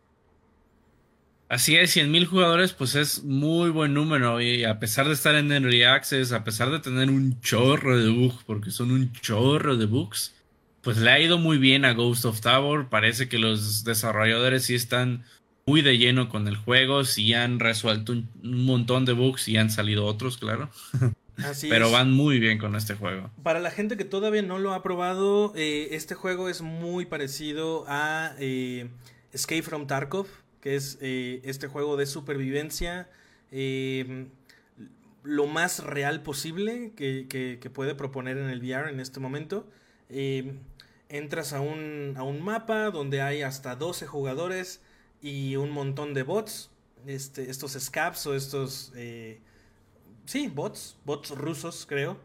Así es, cien mil jugadores, pues es muy buen número. Y a pesar de estar en Early Access, a pesar de tener un chorro de bugs, porque son un chorro de bugs, pues le ha ido muy bien a Ghost of Tabor. Parece que los desarrolladores sí están muy de lleno con el juego, sí han resuelto un, un montón de bugs y han salido otros, claro. Así Pero es. van muy bien con este juego. Para la gente que todavía no lo ha probado, eh, este juego es muy parecido a eh, Escape from Tarkov, que es eh, este juego de supervivencia eh, lo más real posible que, que, que puede proponer en el V R en este momento. Eh, entras a un, a un mapa donde hay hasta doce jugadores y un montón de bots, este, estos scabs o estos... Eh, Sí, bots, bots rusos, creo.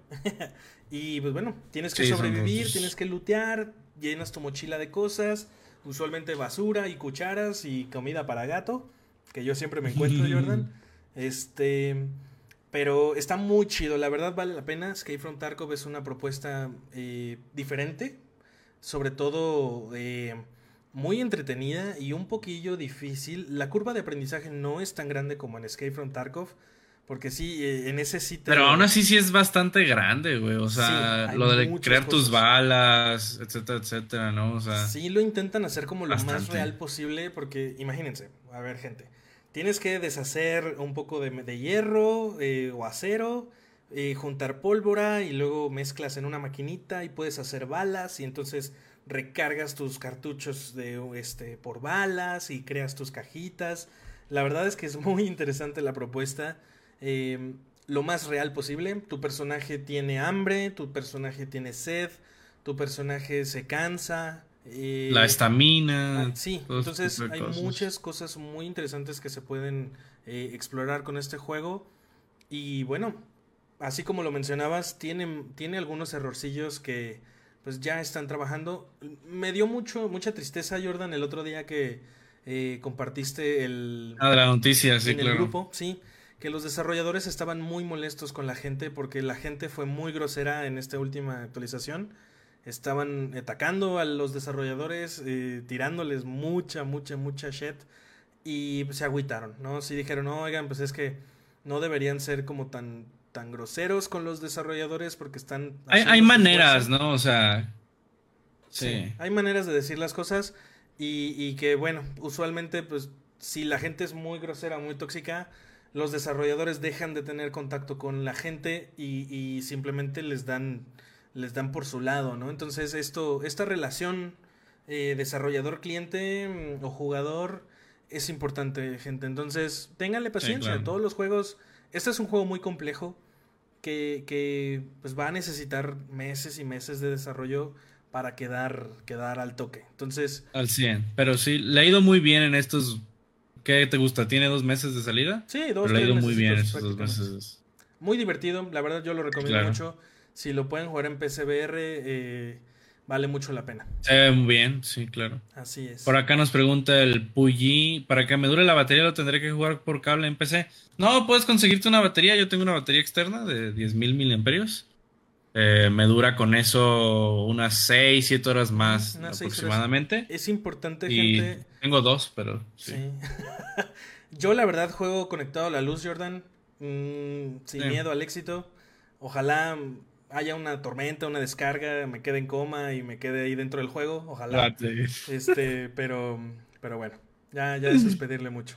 Y pues bueno, tienes que Sí, son sobrevivir, rusos. tienes que lootear, llenas tu mochila de cosas, usualmente basura y cucharas y comida para gato, que yo siempre me encuentro, Jordan. Este, pero está muy chido, la verdad vale la pena. Escape from Tarkov es una propuesta eh, diferente, sobre todo eh, muy entretenida y un poquillo difícil. La curva de aprendizaje no es tan grande como en Escape from Tarkov. Porque sí, eh, en ese sí Pero aún te... así sí es bastante grande, güey. O Sí, sea, hay lo de muchas crear tus cosas. balas, etcétera, etcétera, ¿no? O sea, Sí lo intentan hacer como lo más bastante. real posible, porque imagínense, a ver gente, tienes que deshacer un poco de, de hierro eh, o acero, eh, juntar pólvora y luego mezclas en una maquinita y puedes hacer balas y entonces recargas tus cartuchos de este por balas y creas tus cajitas. La verdad es que es muy interesante la propuesta. Eh, lo más real posible. Tu personaje tiene hambre, tu personaje tiene sed, tu personaje se cansa. La Eh, ah, estamina, sí, todo ese tipo entonces de hay cosas. muchas cosas muy interesantes que se pueden eh, explorar con este juego. Y bueno, así como lo mencionabas, tiene, tiene algunos errorcillos que pues ya están trabajando. Me dio mucho, mucha tristeza, Jordan, el otro día que eh, compartiste el, Ah, de la noticia, sí, en el claro. grupo, sí, que los desarrolladores estaban muy molestos con la gente porque la gente fue muy grosera en esta última actualización. Estaban atacando a los desarrolladores, eh, tirándoles mucha, mucha, mucha shit y pues, se agüitaron, ¿no? Sí dijeron, no, oigan, pues es que no deberían ser como tan, tan groseros con los desarrolladores porque están Hay, hay haciendo su maneras, esfuerzo. ¿no? O sea, Sí, sí. hay maneras de decir las cosas y, y que, bueno, usualmente, pues, si la gente es muy grosera, muy tóxica, los desarrolladores dejan de tener contacto con la gente y, y simplemente les dan, les dan por su lado, ¿no? Entonces, esto, esta relación eh, desarrollador-cliente mm, o jugador es importante, gente. Entonces, ténganle Sí, paciencia. claro. Todos los juegos, este es un juego muy complejo que, que pues va a necesitar meses y meses de desarrollo para quedar, quedar al toque. Entonces, Al cien. Pero sí, le ha ido muy bien en estos. ¿Qué te gusta? ¿Tiene dos meses de salida? sí, Pero dos, le ha tres ido muy bien mesecitos esos dos prácticamente. meses. Muy divertido, la verdad yo lo Sí, recomiendo claro. mucho. Si lo pueden jugar en P C V R, eh, vale mucho la pena. Se ve muy bien, sí, claro. Así Por es. acá nos pregunta el Puyi, ¿para que me dure la batería lo tendré que jugar por cable en P C? No, puedes conseguirte una batería, yo tengo una batería externa de diez mil miliamperios. Eh, me dura con eso unas seis siete horas Mm, más unas seis horas. aproximadamente. Es importante, Y gente. tengo dos, pero sí. Sí. Yo la verdad juego conectado a la luz, Jordan. Mm, sin Sí. miedo al éxito. Ojalá haya una tormenta, una descarga, me quede en coma y me quede ahí dentro del juego. Ojalá. Ah, sí. Este, pero, pero bueno, ya, ya eso es pedirle mucho.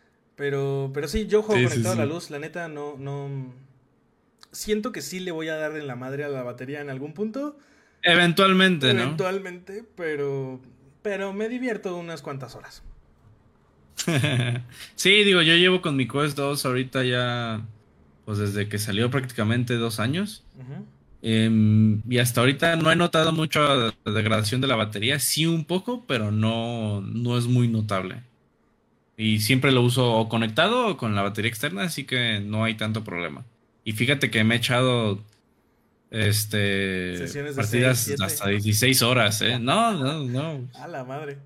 Pero, pero sí, yo juego Sí, sí, conectado a la sí. luz, la neta, no, no. Siento que sí le voy a dar en la madre a la batería en algún punto, Eventualmente, ¿no? eventualmente, pero, pero me divierto unas cuantas horas. Sí, digo, yo llevo con mi Quest dos ahorita ya, pues desde que salió prácticamente dos años. Ujú. Em, y hasta ahorita no he notado mucha degradación de la batería, sí un poco, pero no, no es muy notable. Y siempre lo uso o conectado o con la batería externa, así que no hay tanto problema. Y fíjate que me he echado este Sesiones de seis partidas siete hasta dieciséis horas, ¿eh? No, no, no. A la madre.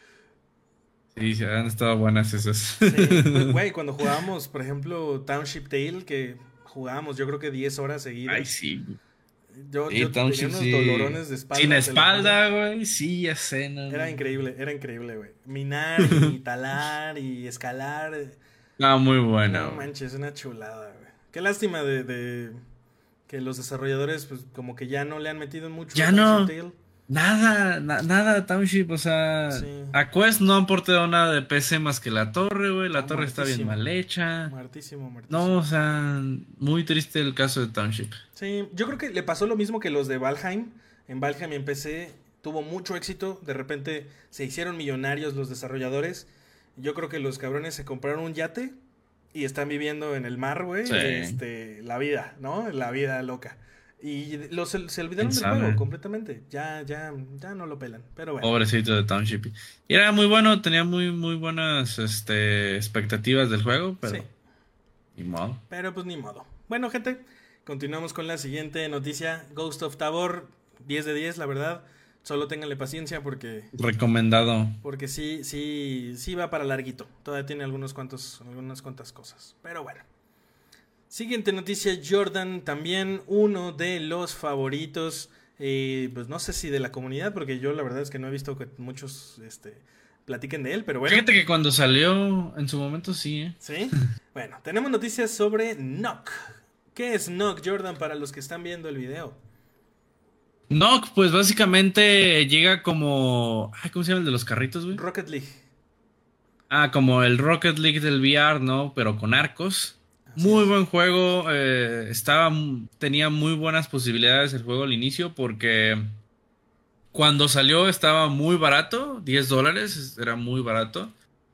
Sí, sí, han estado buenas esas. Sí, pues, güey, cuando jugábamos, por ejemplo, Township Tale, que jugábamos yo creo que diez horas Ay, seguidas. sí. Yo, Sí, yo tenía Township, unos sí. dolorones de Sin espalda, te lo juro. espalda, güey. Sí, ya sé, no, Era no. increíble, era increíble, güey. Minar y talar y escalar. No, muy No bueno, güey. manches, una chulada, güey. Qué lástima de, de que los desarrolladores, pues, como que ya no le han metido mucho a Ya Township no. Tale. Nada, na- nada, Township, o sea, Sí, a Quest no han portado nada de P C más que la torre, güey, la no, torre está bien muertísimo. mal hecha. Muertísimo, No, o muertísimo. sea, muy triste el caso de Township. Sí, yo creo que le pasó lo mismo que los de Valheim. En Valheim y en P C tuvo mucho éxito. De repente se hicieron millonarios los desarrolladores. Yo creo que los cabrones se compraron un yate y están viviendo en el mar, güey. Sí, Este, la vida, ¿no? La vida loca. Y los, se quién olvidaron del juego sabe. completamente. Ya, ya, ya no lo pelan. Pero bueno. Pobrecito de Township. Y era muy bueno, tenía muy, muy buenas, este, expectativas del juego, Sí, pero ni modo. pero pues ni modo. Bueno, gente, continuamos con la siguiente noticia. Ghost of Tabor, diez de diez, la verdad. Solo ténganle paciencia porque Recomendado. porque sí, sí, sí va para larguito. Todavía tiene algunos cuantos, algunas cuantas cosas. Pero bueno. Siguiente noticia, Jordan, también uno de los favoritos. Eh, pues no sé si de la comunidad, porque yo la verdad es que no he visto que muchos este, platiquen de él, pero bueno. Fíjate que cuando salió, en su momento sí, ¿eh? ¿Sí? Bueno, tenemos noticias sobre Nock. ¿Qué es Nock, Jordan, para los que están viendo el video? No, pues básicamente llega como... Ay, ¿cómo se llama el de los carritos, güey? Rocket League. Ah, como el Rocket League del V R, ¿no? Pero con arcos. Así Muy es. buen juego. eh, estaba, tenía muy buenas posibilidades el juego al inicio porque cuando salió estaba muy barato, diez dólares, era muy barato.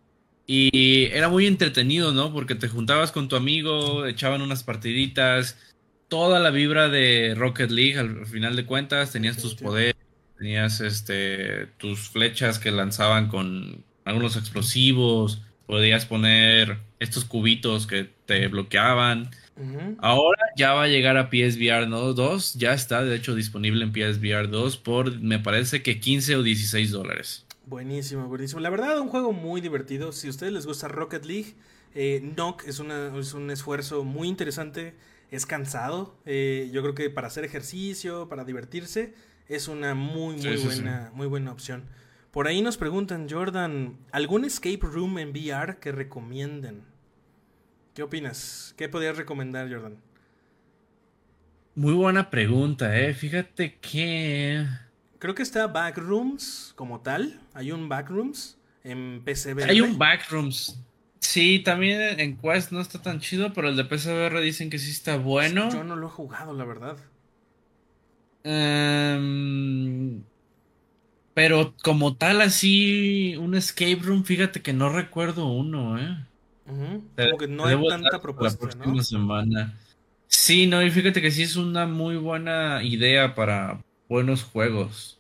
Y era muy entretenido, ¿no? Porque te juntabas con tu amigo, echaban unas partiditas, toda la vibra de Rocket League al, al final de cuentas, tenías tus Definitivo. poderes, tenías este tus flechas que lanzaban con algunos explosivos, podías poner estos cubitos que te bloqueaban. Ujú. Ahora ya va a llegar a P S V R, ¿no? dos, ya está de hecho disponible en P S V R dos por me parece que quince o dieciséis dólares. Buenísimo, buenísimo. La verdad, un juego muy divertido. Si a ustedes les gusta Rocket League, eh, Nock es, una, es un esfuerzo muy interesante. Es cansado. Eh, yo creo que para hacer ejercicio, para divertirse, es una muy, muy Sí, sí, sí. buena, muy buena opción. Por ahí nos preguntan, Jordan, ¿algún escape room en V R que recomienden? ¿Qué opinas? ¿Qué podrías recomendar, Jordan? Muy buena pregunta, eh. Fíjate que Creo que está Backrooms como tal. Hay un Backrooms en hay P C V R. un Backrooms. Sí, también en Quest no está tan chido, pero el de P S V R dicen que sí está Yo bueno. no lo he jugado, la verdad. Em, pero como tal, así, un escape room, fíjate que no recuerdo uno, eh. Ujú. Te, Como que te no hay debo el tanta dato para la propuesta, próxima ¿no? semana. Sí, no, y fíjate que sí es una muy buena idea para buenos juegos.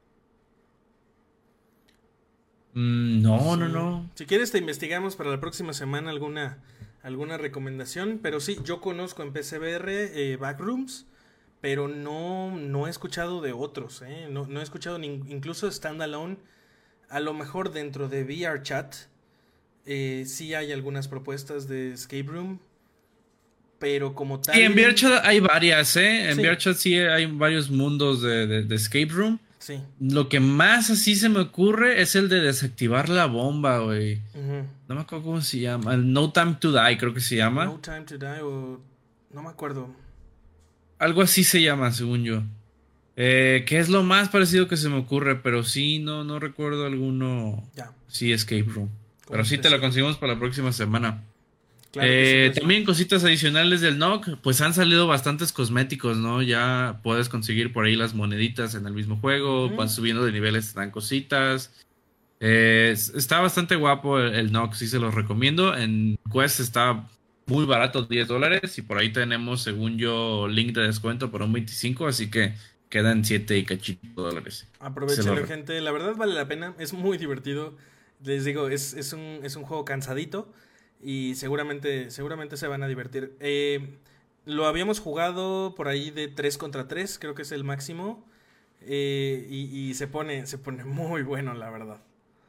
Mm, no, no, Sí. no. Si quieres te investigamos para la próxima semana alguna, alguna recomendación. Pero sí, yo conozco en P C V R eh, Backrooms, pero no, no he escuchado de otros, ¿eh? No, no he escuchado ni, incluso standalone. A lo mejor dentro de V R Chat eh, sí hay algunas propuestas de escape room, pero como Sí, en tal, VRChat hay varias, ¿eh? En sí, VRChat sí hay varios mundos de, de- de escape room. sí. Lo que más así se me ocurre es el de desactivar la bomba, güey. Ujú. No me acuerdo cómo se llama. El No Time to Die, creo que se No llama. Time to Die o... No me acuerdo. Algo así se llama, según yo. Eh, que es lo más parecido que se me ocurre, pero sí, no, no recuerdo alguno. Ya, Sí, escape room. como Pero sí te lo específico. conseguimos para la próxima semana. Claro que sí, Eh, pues. también cositas adicionales del N O C, pues han salido bastantes cosméticos, ¿no? Ya puedes conseguir por ahí las moneditas en el mismo juego, Ujú. van subiendo de niveles, te dan cositas. Eh, es- está bastante guapo el, el N O C, sí se los recomiendo. En Quest está muy barato, diez dólares, y por ahí tenemos, según yo, link de descuento por un veinticinco, así que quedan siete y cachito dólares. Aprovechenlo, gente. La verdad vale la pena. Es muy divertido. Les digo, es, es un, es un juego cansadito. Y seguramente, seguramente se van a divertir. Eh, lo habíamos jugado por ahí de tres contra tres. Creo que es el máximo. Eh, y, y se pone, se pone muy bueno, la verdad.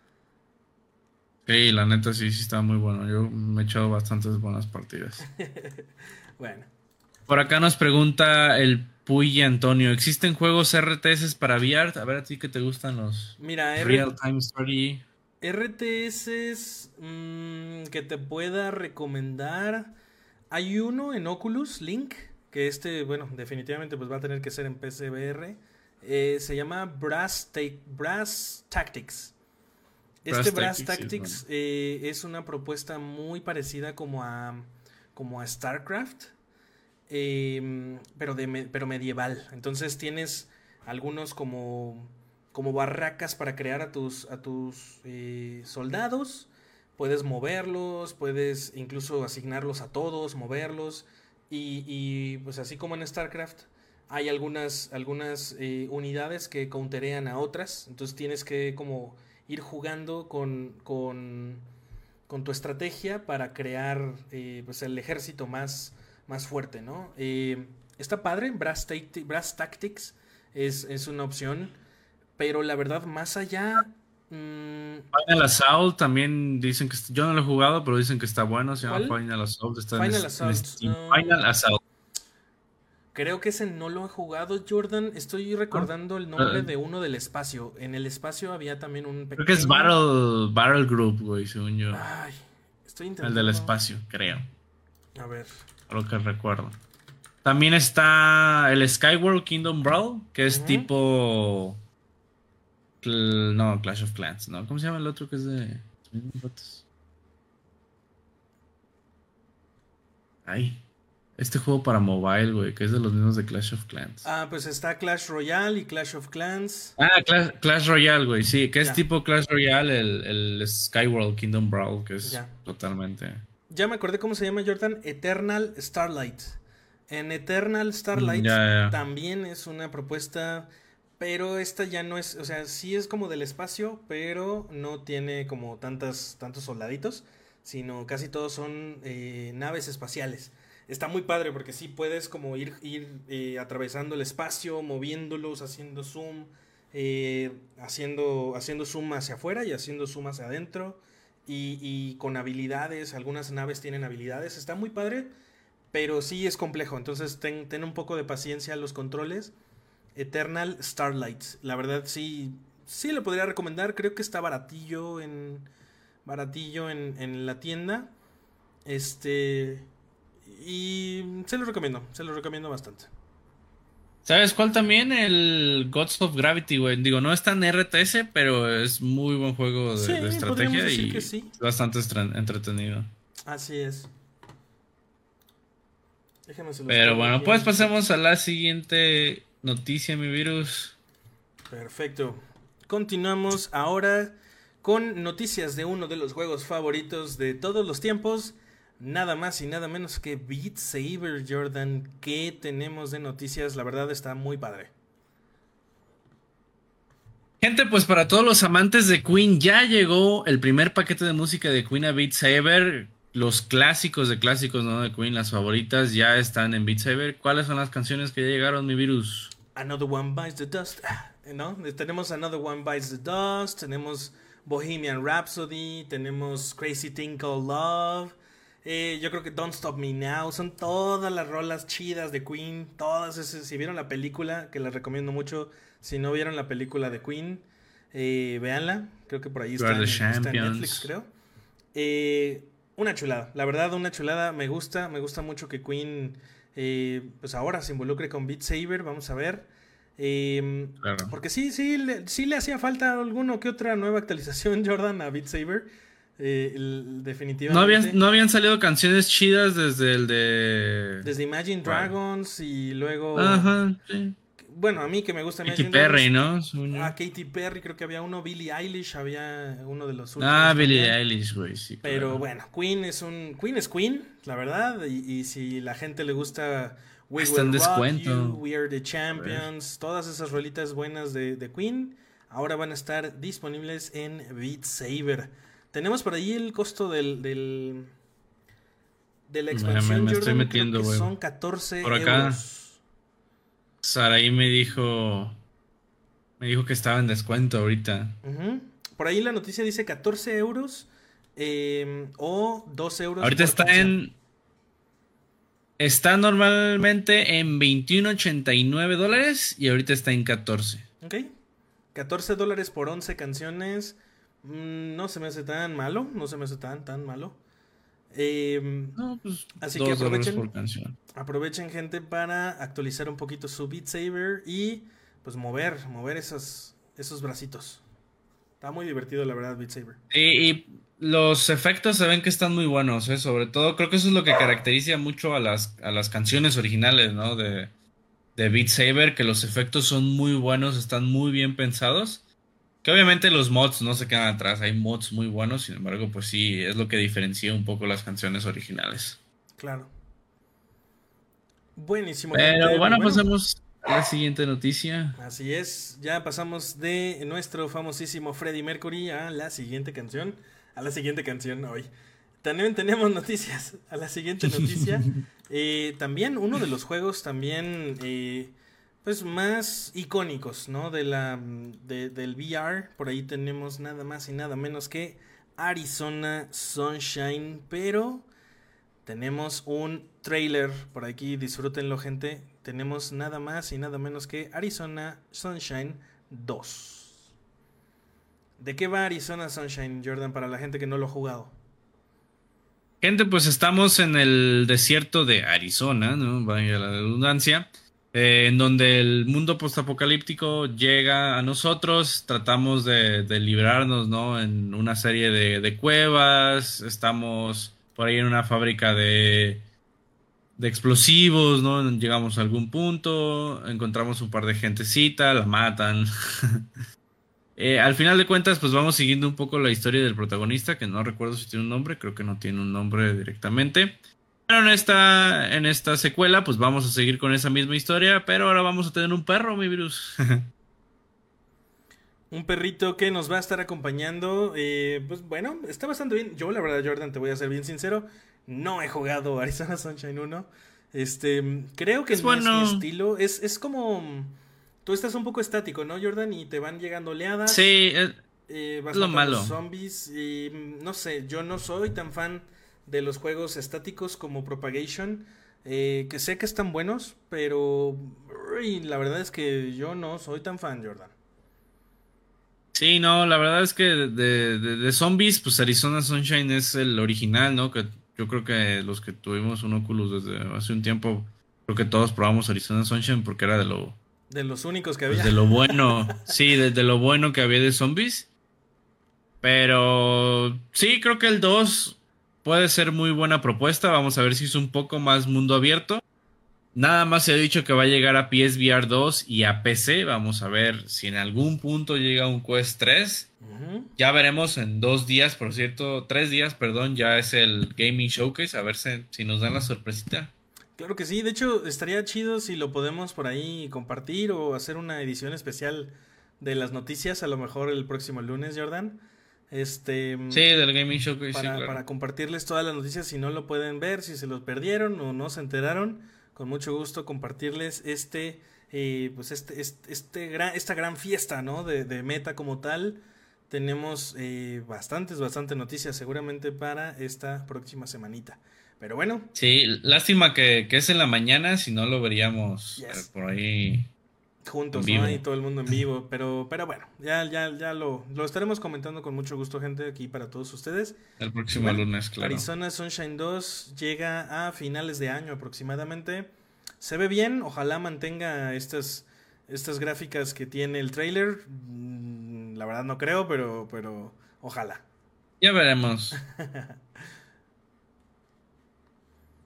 Sí, la neta sí, sí está muy bueno. Yo me he echado bastantes buenas partidas. Bueno. Por acá nos pregunta el Puy Antonio, ¿existen juegos R T S para V R? A ver, a ti que te gustan los Mira, R Real Time Story. R T S mmm, que te pueda recomendar. Hay uno en Oculus Link, que este, bueno, definitivamente pues va a tener que ser en P C V R. Eh, se llama Brass, Ta- Brass Tactics. Este Brass Brass Tactics, sí, es Tactics bueno. eh, es una propuesta muy parecida como a, como a StarCraft, eh, pero, de, me- pero medieval. Entonces tienes algunos como, como barracas para crear a tus, a tus eh, soldados. Puedes moverlos, puedes incluso asignarlos a todos, moverlos. Y, y, pues así como en StarCraft, hay algunas, algunas eh, unidades que counterean a otras. Entonces tienes que como ir jugando con, con, con tu estrategia para crear eh, pues el ejército más, más fuerte, ¿no? Eh, está padre, Brass, Tacti- Brass Tactics es, es una opción, pero la verdad, más allá, mmm, Final Assault también dicen que... Yo no lo he jugado, pero dicen que está bueno. Se llama ¿cuál? Final Assault. Está en, Final en Assault. Steam. Final Um, Assault. creo que ese no lo he jugado, Jordan. Estoy ¿No? recordando el nombre Eh, de uno del espacio. En el espacio había también un Creo que es pequeño... Battle, Battle Group, güey, según yo. Ay, estoy El del intentando... espacio, creo. A ver. Por lo que recuerdo. También está el Skyward Kingdom Brawl, que es Ujú. tipo... cl- No, Clash of Clans, ¿no? ¿Cómo se llama el otro que es de... Ay, este juego para mobile, güey, que es de los mismos de Clash of Clans. Ah, pues está Clash Royale y Clash of Clans. Ah, Clash, Clash Royale, güey, sí, que es Ya, tipo Clash Royale, el, el Skyward Kingdom Brawl, que es ya. totalmente... Ya me acordé cómo se llama, Jordan. Eternal Starlight. En Eternal Mm, Starlight ya, ya. también es una propuesta, pero esta ya no es, o sea, sí es como del espacio, pero no tiene como tantas, tantos soldaditos, sino casi todos son eh, naves espaciales. Está muy padre porque sí puedes como ir, ir eh, atravesando el espacio, moviéndolos, haciendo zoom, eh, haciendo, haciendo zoom hacia afuera y haciendo zoom hacia adentro. Y, y con habilidades, algunas naves tienen habilidades, está muy padre, pero sí es complejo, entonces ten, ten un poco de paciencia a los controles. Eternal Starlight, la verdad sí, sí lo podría recomendar, creo que está baratillo en, baratillo en, en la tienda, este, y se lo recomiendo, se lo recomiendo bastante. ¿Sabes cuál también? El Gods of Gravity, güey. Digo, no es tan R T S, pero es muy buen juego de, de Sí, podríamos estrategia decir que y sí, es bastante estra- entretenido. así es. Déjame se los Pero pongo bueno, aquí en pues el chat. pasemos a la siguiente noticia, mi virus. Perfecto. Continuamos ahora con noticias de uno de los juegos favoritos de todos los tiempos. Nada más y nada menos que Beat Saber, Jordan. ¿Qué tenemos de noticias? La verdad está muy padre. Gente, pues para todos los amantes de Queen, ya llegó el primer paquete de música de Queen a Beat Saber. Los clásicos de clásicos, ¿no? De Queen, las favoritas, ya están en Beat Saber. ¿Cuáles son las canciones que ya llegaron, mi virus? Another One Bites the Dust. ¿No? Tenemos Another One Bites the Dust. Tenemos Bohemian Rhapsody. Tenemos Crazy Thing Called Love. Eh, yo creo que Don't Stop Me Now. Son todas las rolas chidas de Queen. Todas esas. Si vieron la película, que les recomiendo mucho. Si no vieron la película de Queen, eh, véanla. Creo que por ahí You Are está the en, está en Netflix, Champions. creo. Eh, una chulada. La verdad, una chulada. Me gusta. Me gusta mucho que Queen, eh, pues ahora se involucre con Beat Saber. Vamos a ver. Eh, Claro. porque sí, sí, le, sí le hacía falta alguno que otra nueva actualización, Jordan, a Beat Saber. Eh, el- No habían, definitivamente. no habían salido canciones chidas desde el de... Desde Imagine ¿Cuál? Dragons y luego... Ajá, sí. bueno, a mí que me gusta Katy Imagine Perry, Dragons. ¿no? A Katy Perry, creo que había uno, Billie Eilish, había uno de los Ah, últimos Billie también. Eilish, güey, sí, Pero claro. bueno, Queen es un Queen es Queen, la verdad, y, y si la gente le gusta Ah, We está en Will Rock You, descuento. We Are the A ver. Champions, todas esas rolitas buenas de, de Queen, ahora van a estar disponibles en Beat Saber. Tenemos por ahí el costo del, del de la Me, me- expansión, me estoy Jordan, creo metiendo, que güey. son Por catorce acá, euros. Saraí me dijo, me dijo que estaba en descuento ahorita. Ujú. Por ahí la noticia dice catorce euros eh, o dos euros Ahorita por está canción. en, está normalmente en veintiuno ochenta y nueve dólares y ahorita está en catorce. ¿Ok? catorce dólares por once canciones. mm, no se me hace tan malo. No se me hace tan, tan malo. Eh, No, pues así que dos dólares por aprovechen. canción. Aprovechen, gente, para actualizar un poquito su Beat Saber y pues mover, mover esos, esos bracitos. Está muy divertido, la verdad, Beat Saber. Y, y los efectos se ven que están muy buenos, ¿eh? Sobre todo, creo que eso es lo que caracteriza mucho a las, a las canciones originales, ¿no? De, de Beat Saber, que los efectos son muy buenos, están muy bien pensados. Que obviamente los mods no se quedan atrás, hay mods muy buenos, sin embargo, pues sí, es lo que diferencia un poco las canciones originales. Claro. Buenísimo, Pero gente. Pues bueno, bueno, pasemos a la siguiente noticia. así es, ya pasamos de nuestro famosísimo Freddie Mercury a la siguiente canción. A la siguiente canción hoy. También tenemos noticias. A la siguiente noticia. Eh, también uno de los juegos también eh, pues más icónicos, ¿no? De la, de- del V R. Por ahí tenemos nada más y nada menos que Arizona Sunshine. Pero tenemos un trailer por aquí, disfrútenlo, gente. Tenemos nada más y nada menos que Arizona Sunshine dos. ¿De qué va Arizona Sunshine, Jordan, para la gente que no lo ha jugado? Gente, pues estamos en el desierto de Arizona, ¿no? Vaya la redundancia, eh, en donde el mundo postapocalíptico llega a nosotros, tratamos de, de librarnos, ¿no? En una serie de, de cuevas, estamos por ahí en una fábrica de, de explosivos, ¿no? Llegamos a algún punto, encontramos un par de gentecita, la matan. Eh, al final de cuentas, pues vamos siguiendo un poco la historia del protagonista, que no recuerdo si tiene un nombre, creo que no tiene un nombre directamente. Pero en esta, en esta secuela, pues vamos a seguir con esa misma historia, pero ahora vamos a tener un perro, mi virus. Un perrito que nos va a estar acompañando. Eh, pues bueno, está bastante bien. Yo, la verdad, Jordan, te voy a ser bien sincero. No he jugado Arizona Sunshine uno. Este, creo que Es no es mi bueno. estilo. Es, es como. Tú estás un poco estático, ¿no, Jordan? Y te van llegando oleadas. Sí, es, eh, es vas lo matando malo. zombies. Y mm, no sé, yo no soy tan fan de los juegos estáticos como Propagation. eh, que sé que están buenos, pero. uy, la verdad es que yo no soy tan fan, Jordan. Sí, no, la verdad es que de, de, de zombies, pues Arizona Sunshine es el original, ¿no? Que yo creo que los que tuvimos un Oculus desde hace un tiempo, creo que todos probamos Arizona Sunshine porque era de lo, De los únicos que pues había. de lo bueno, sí, de, de lo bueno que había de zombies. Pero sí, creo que el dos puede ser muy buena propuesta. Vamos a ver si es un poco más mundo abierto. Nada más se ha dicho que va a llegar a P S V R dos y a P C. Vamos a ver si en algún punto llega un Quest tres. Ujú. Ya veremos en dos días, por cierto, tres días, perdón, ya es el Gaming Showcase. A ver si, si nos dan la sorpresita. Claro que sí, de hecho estaría chido si lo podemos por ahí compartir o hacer una edición especial de las noticias, a lo mejor el próximo lunes, Jordan. Este, Sí, del Gaming Showcase, sí, para, claro. para compartirles todas las noticias si no lo pueden ver, si se los perdieron o no se enteraron, con mucho gusto compartirles este, eh, pues este, este, este gran, esta gran fiesta, ¿no? De, de Meta como tal. Tenemos eh, bastantes, bastantes noticias seguramente para esta próxima semanita. Pero bueno, Sí, lástima que, que es en la mañana, si no lo veríamos eh, yes. por ahí en Juntos, ¿no? Ahí vivo. todo el mundo en vivo. Pero, pero bueno, ya, ya, ya lo, lo estaremos comentando con mucho gusto, gente, aquí para todos ustedes. El Y próximo bueno, lunes, claro. Arizona Sunshine dos llega a finales de año aproximadamente. Se ve bien, ojalá mantenga estas, estas gráficas que tiene el trailer. Mm, La verdad no creo, pero, pero ojalá. Ya veremos.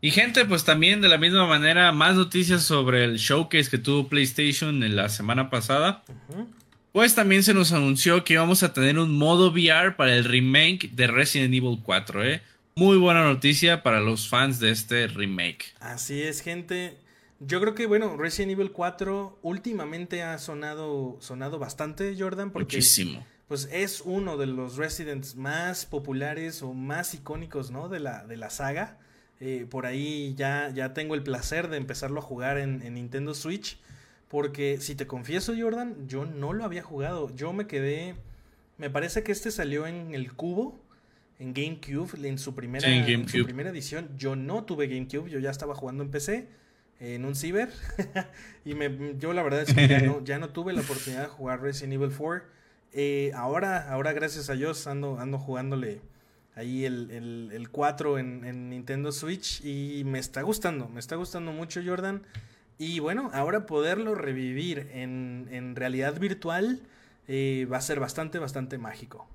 Y gente, pues también de la misma manera, más noticias sobre el showcase que tuvo PlayStation en la semana pasada. Ujú. Pues también se nos anunció que íbamos a tener un modo V R para el remake de Resident Evil cuatro, ¿eh? Muy buena noticia para los fans de este remake. Así es, gente. Yo creo que, bueno, Resident Evil cuatro últimamente ha sonado, sonado bastante, Jordan, porque Muchísimo. pues es uno de los Residents más populares o más icónicos, ¿no? De la, de la saga. Eh, por ahí ya, ya tengo el placer de empezarlo a jugar en, en Nintendo Switch. Porque si te confieso, Jordan, yo no lo había jugado. Yo me quedé. Me parece que este salió en el Cubo, en GameCube, en su Sí, en primera, en su GameCube. primera edición. Yo no tuve GameCube, yo ya estaba jugando en P C, en un ciber. Y me, yo la verdad es que ya no, ya no tuve la oportunidad de jugar Resident Evil cuatro. Eh, ahora, ahora gracias a Dios ando, ando jugándole ahí el, el, el cuatro en, en Nintendo Switch y me está gustando, me está gustando mucho, Jordan. Y bueno, ahora poderlo revivir en, en realidad virtual eh, va a ser bastante, bastante mágico.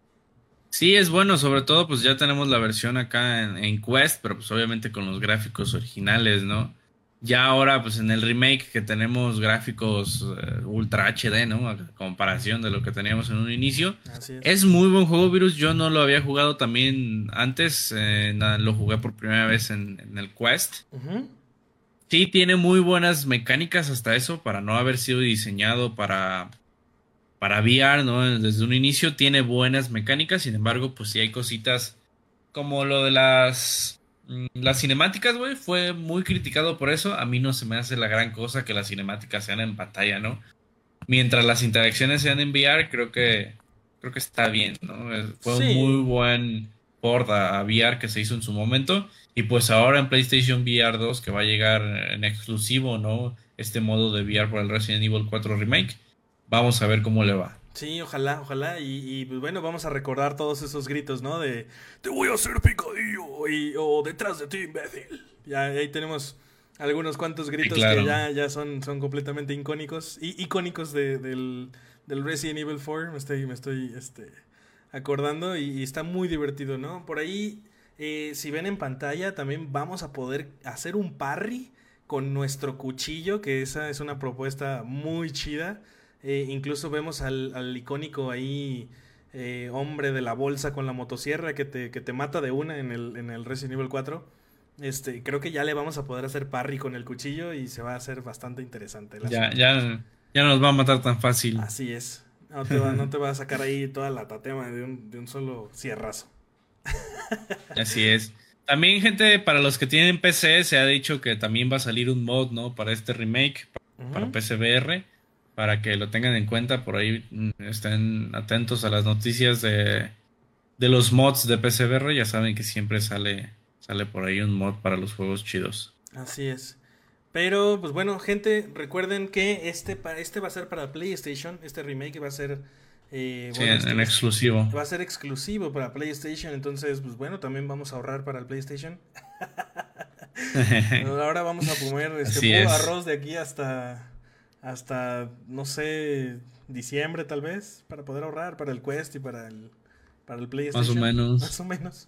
Sí, es bueno, sobre todo pues ya tenemos la versión acá en, en Quest, pero pues obviamente con los gráficos originales, ¿no? Ya ahora pues en el remake que tenemos gráficos eh, Ultra H D, ¿no? A comparación de lo que teníamos en un inicio. Así es. Es muy buen juego, Virus. Yo no lo había jugado también antes, eh, na- lo jugué por primera vez en, en el Quest. Ujú. Sí, tiene muy buenas mecánicas hasta eso, para no haber sido diseñado para para V R, ¿no? Desde un inicio tiene buenas mecánicas, sin embargo, pues sí hay cositas como lo de las mm, las cinemáticas, güey, fue muy criticado por eso. A mí no se me hace la gran cosa que las cinemáticas sean en pantalla, ¿no? Mientras las interacciones sean en V R, creo que creo que está bien, ¿no? Eh, Fue un muy Sí, buen port a, a V R que se hizo en su momento y pues ahora en PlayStation V R dos que va a llegar en exclusivo, ¿no? Este modo de V R para el Resident Evil cuatro Remake. Vamos a ver cómo le va. sí, ojalá, ojalá. Y, y, pues bueno, vamos a recordar todos esos gritos, ¿no? De te voy a hacer picadillo y, o detrás de ti, imbécil. Ya ahí tenemos algunos cuantos Sí, gritos que claro. ya, ya son, son completamente icónicos. Y icónicos de, del, del Resident Evil cuatro. Me estoy, me estoy este, acordando y, y está muy divertido, ¿no? Por ahí, eh, si ven en pantalla, también vamos a poder hacer un parry con nuestro cuchillo, que esa es una propuesta muy chida. Eh, incluso vemos al, al icónico ahí eh, hombre de la bolsa con la motosierra que te, que te mata de una en el, en el Resident Evil cuatro. Este, creo que ya le vamos a poder hacer parry con el cuchillo y se va a hacer bastante interesante el Ya, asunto. ya, ya no nos va a matar tan fácil. Así es. No te va, no te va a sacar ahí toda la tatema de un, de un solo cierrazo. Así es. También, gente, para los que tienen P C, se ha dicho que también va a salir un mod, ¿no? Para este remake, para Ujú. P C V R, para que lo tengan en cuenta. Por ahí mm, estén atentos a las noticias de, de los mods de P C V R. Ya saben que siempre sale, sale por ahí un mod para los juegos chidos. Así es. Pero, pues bueno, gente, recuerden que este, pa- este va a ser para PlayStation. Este remake va a ser, eh, Sí, bueno, en, en este, este- exclusivo. va a ser exclusivo para PlayStation. Entonces, pues bueno, también vamos a ahorrar para el PlayStation. Ahora vamos a comer este Así puro es. arroz de aquí hasta, hasta, no sé, diciembre tal vez, para poder ahorrar para el Quest y para el, para el Más o PlayStation, más menos. o menos.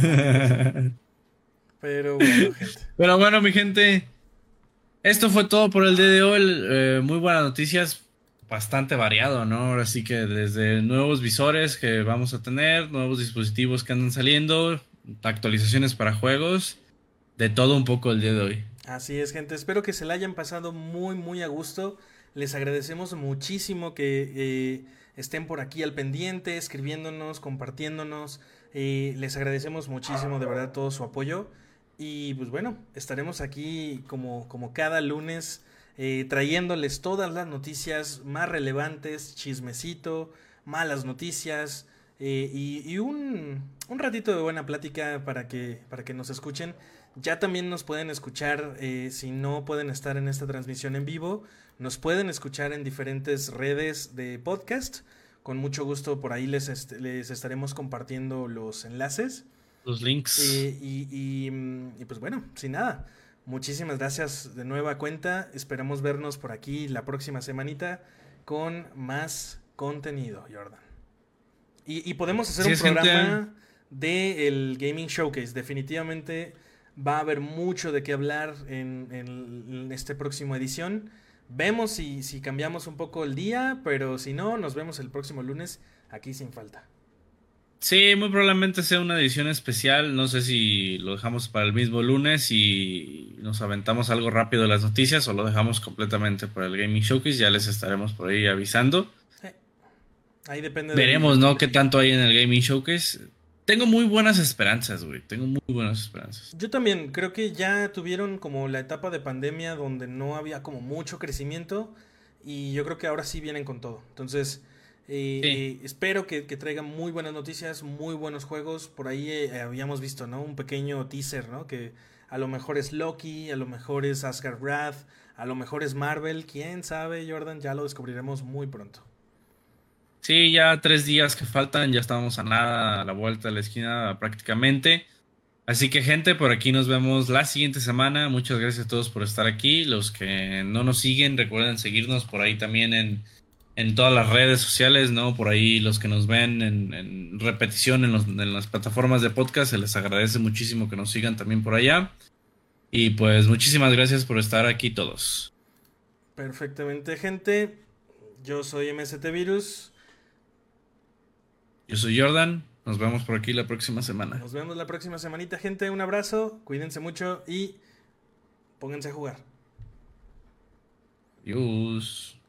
Pero bueno, gente. Pero bueno, mi gente. Esto fue todo por el día de hoy. Eh, muy buenas noticias, bastante variado, ¿no? Ahora sí que desde nuevos visores que vamos a tener, nuevos dispositivos que andan saliendo, actualizaciones para juegos, de todo un poco el día de hoy. Así es, gente. Espero que se la hayan pasado muy, muy a gusto. Les agradecemos muchísimo que eh, estén por aquí al pendiente, escribiéndonos, compartiéndonos. Eh, les agradecemos muchísimo, de verdad, todo su apoyo. Y pues bueno, estaremos aquí como, como cada lunes eh, trayéndoles todas las noticias más relevantes, chismecito, malas noticias eh, y, y un, un ratito de buena plática para que, para que nos escuchen. Ya también nos pueden escuchar, eh, si no pueden estar en esta transmisión en vivo, nos pueden escuchar en diferentes redes de podcast. Con mucho gusto por ahí les, est les estaremos compartiendo los enlaces. Los links. Eh, y, y, mm, y pues bueno, sin nada. Muchísimas gracias de nueva cuenta. Esperamos vernos por aquí la próxima semanita con más contenido, Jordan. Y, y podemos hacer Así un es, gente. programa del Gaming Showcase. Definitivamente Va a haber mucho de qué hablar en, en, en esta próxima edición. Vemos si, si cambiamos un poco el día, pero si no, nos vemos el próximo lunes aquí sin falta. Sí, muy probablemente sea una edición especial. No sé si lo dejamos para el mismo lunes y nos aventamos algo rápido de las noticias o lo dejamos completamente para el Gaming Showcase. Ya les estaremos por ahí avisando. Sí, ahí depende Veremos, del... ¿no? Qué tanto hay en el Gaming Showcase. Tengo muy buenas esperanzas, güey. Tengo muy buenas esperanzas. Yo también creo que ya tuvieron como la etapa de pandemia donde no había como mucho crecimiento y yo creo que ahora sí vienen con todo. Entonces, eh, Sí, eh, espero que, que traigan muy buenas noticias, muy buenos juegos. Por ahí eh, habíamos visto, ¿no? Un pequeño teaser, ¿no? Que a lo mejor es Loki, a lo mejor es Asgard Wrath, a lo mejor es Marvel. ¿Quién sabe, Jordan? Ya lo descubriremos muy pronto. sí, ya tres días que faltan, ya estamos a nada, a la vuelta de la esquina prácticamente. Así que gente, por aquí nos vemos la siguiente semana. Muchas gracias a todos por estar aquí. Los que no nos siguen, recuerden seguirnos por ahí también en, en todas las redes sociales, ¿no? Por ahí los que nos ven en, en repetición en, los- en las plataformas de podcast, se les agradece muchísimo que nos sigan también por allá. Y pues muchísimas gracias por estar aquí todos. Perfectamente, gente. Yo soy M S T Virus. Yo soy Jordan. Nos vemos por aquí la próxima semana. Nos vemos la próxima semanita, gente. Un abrazo, cuídense mucho y pónganse a jugar. Adiós.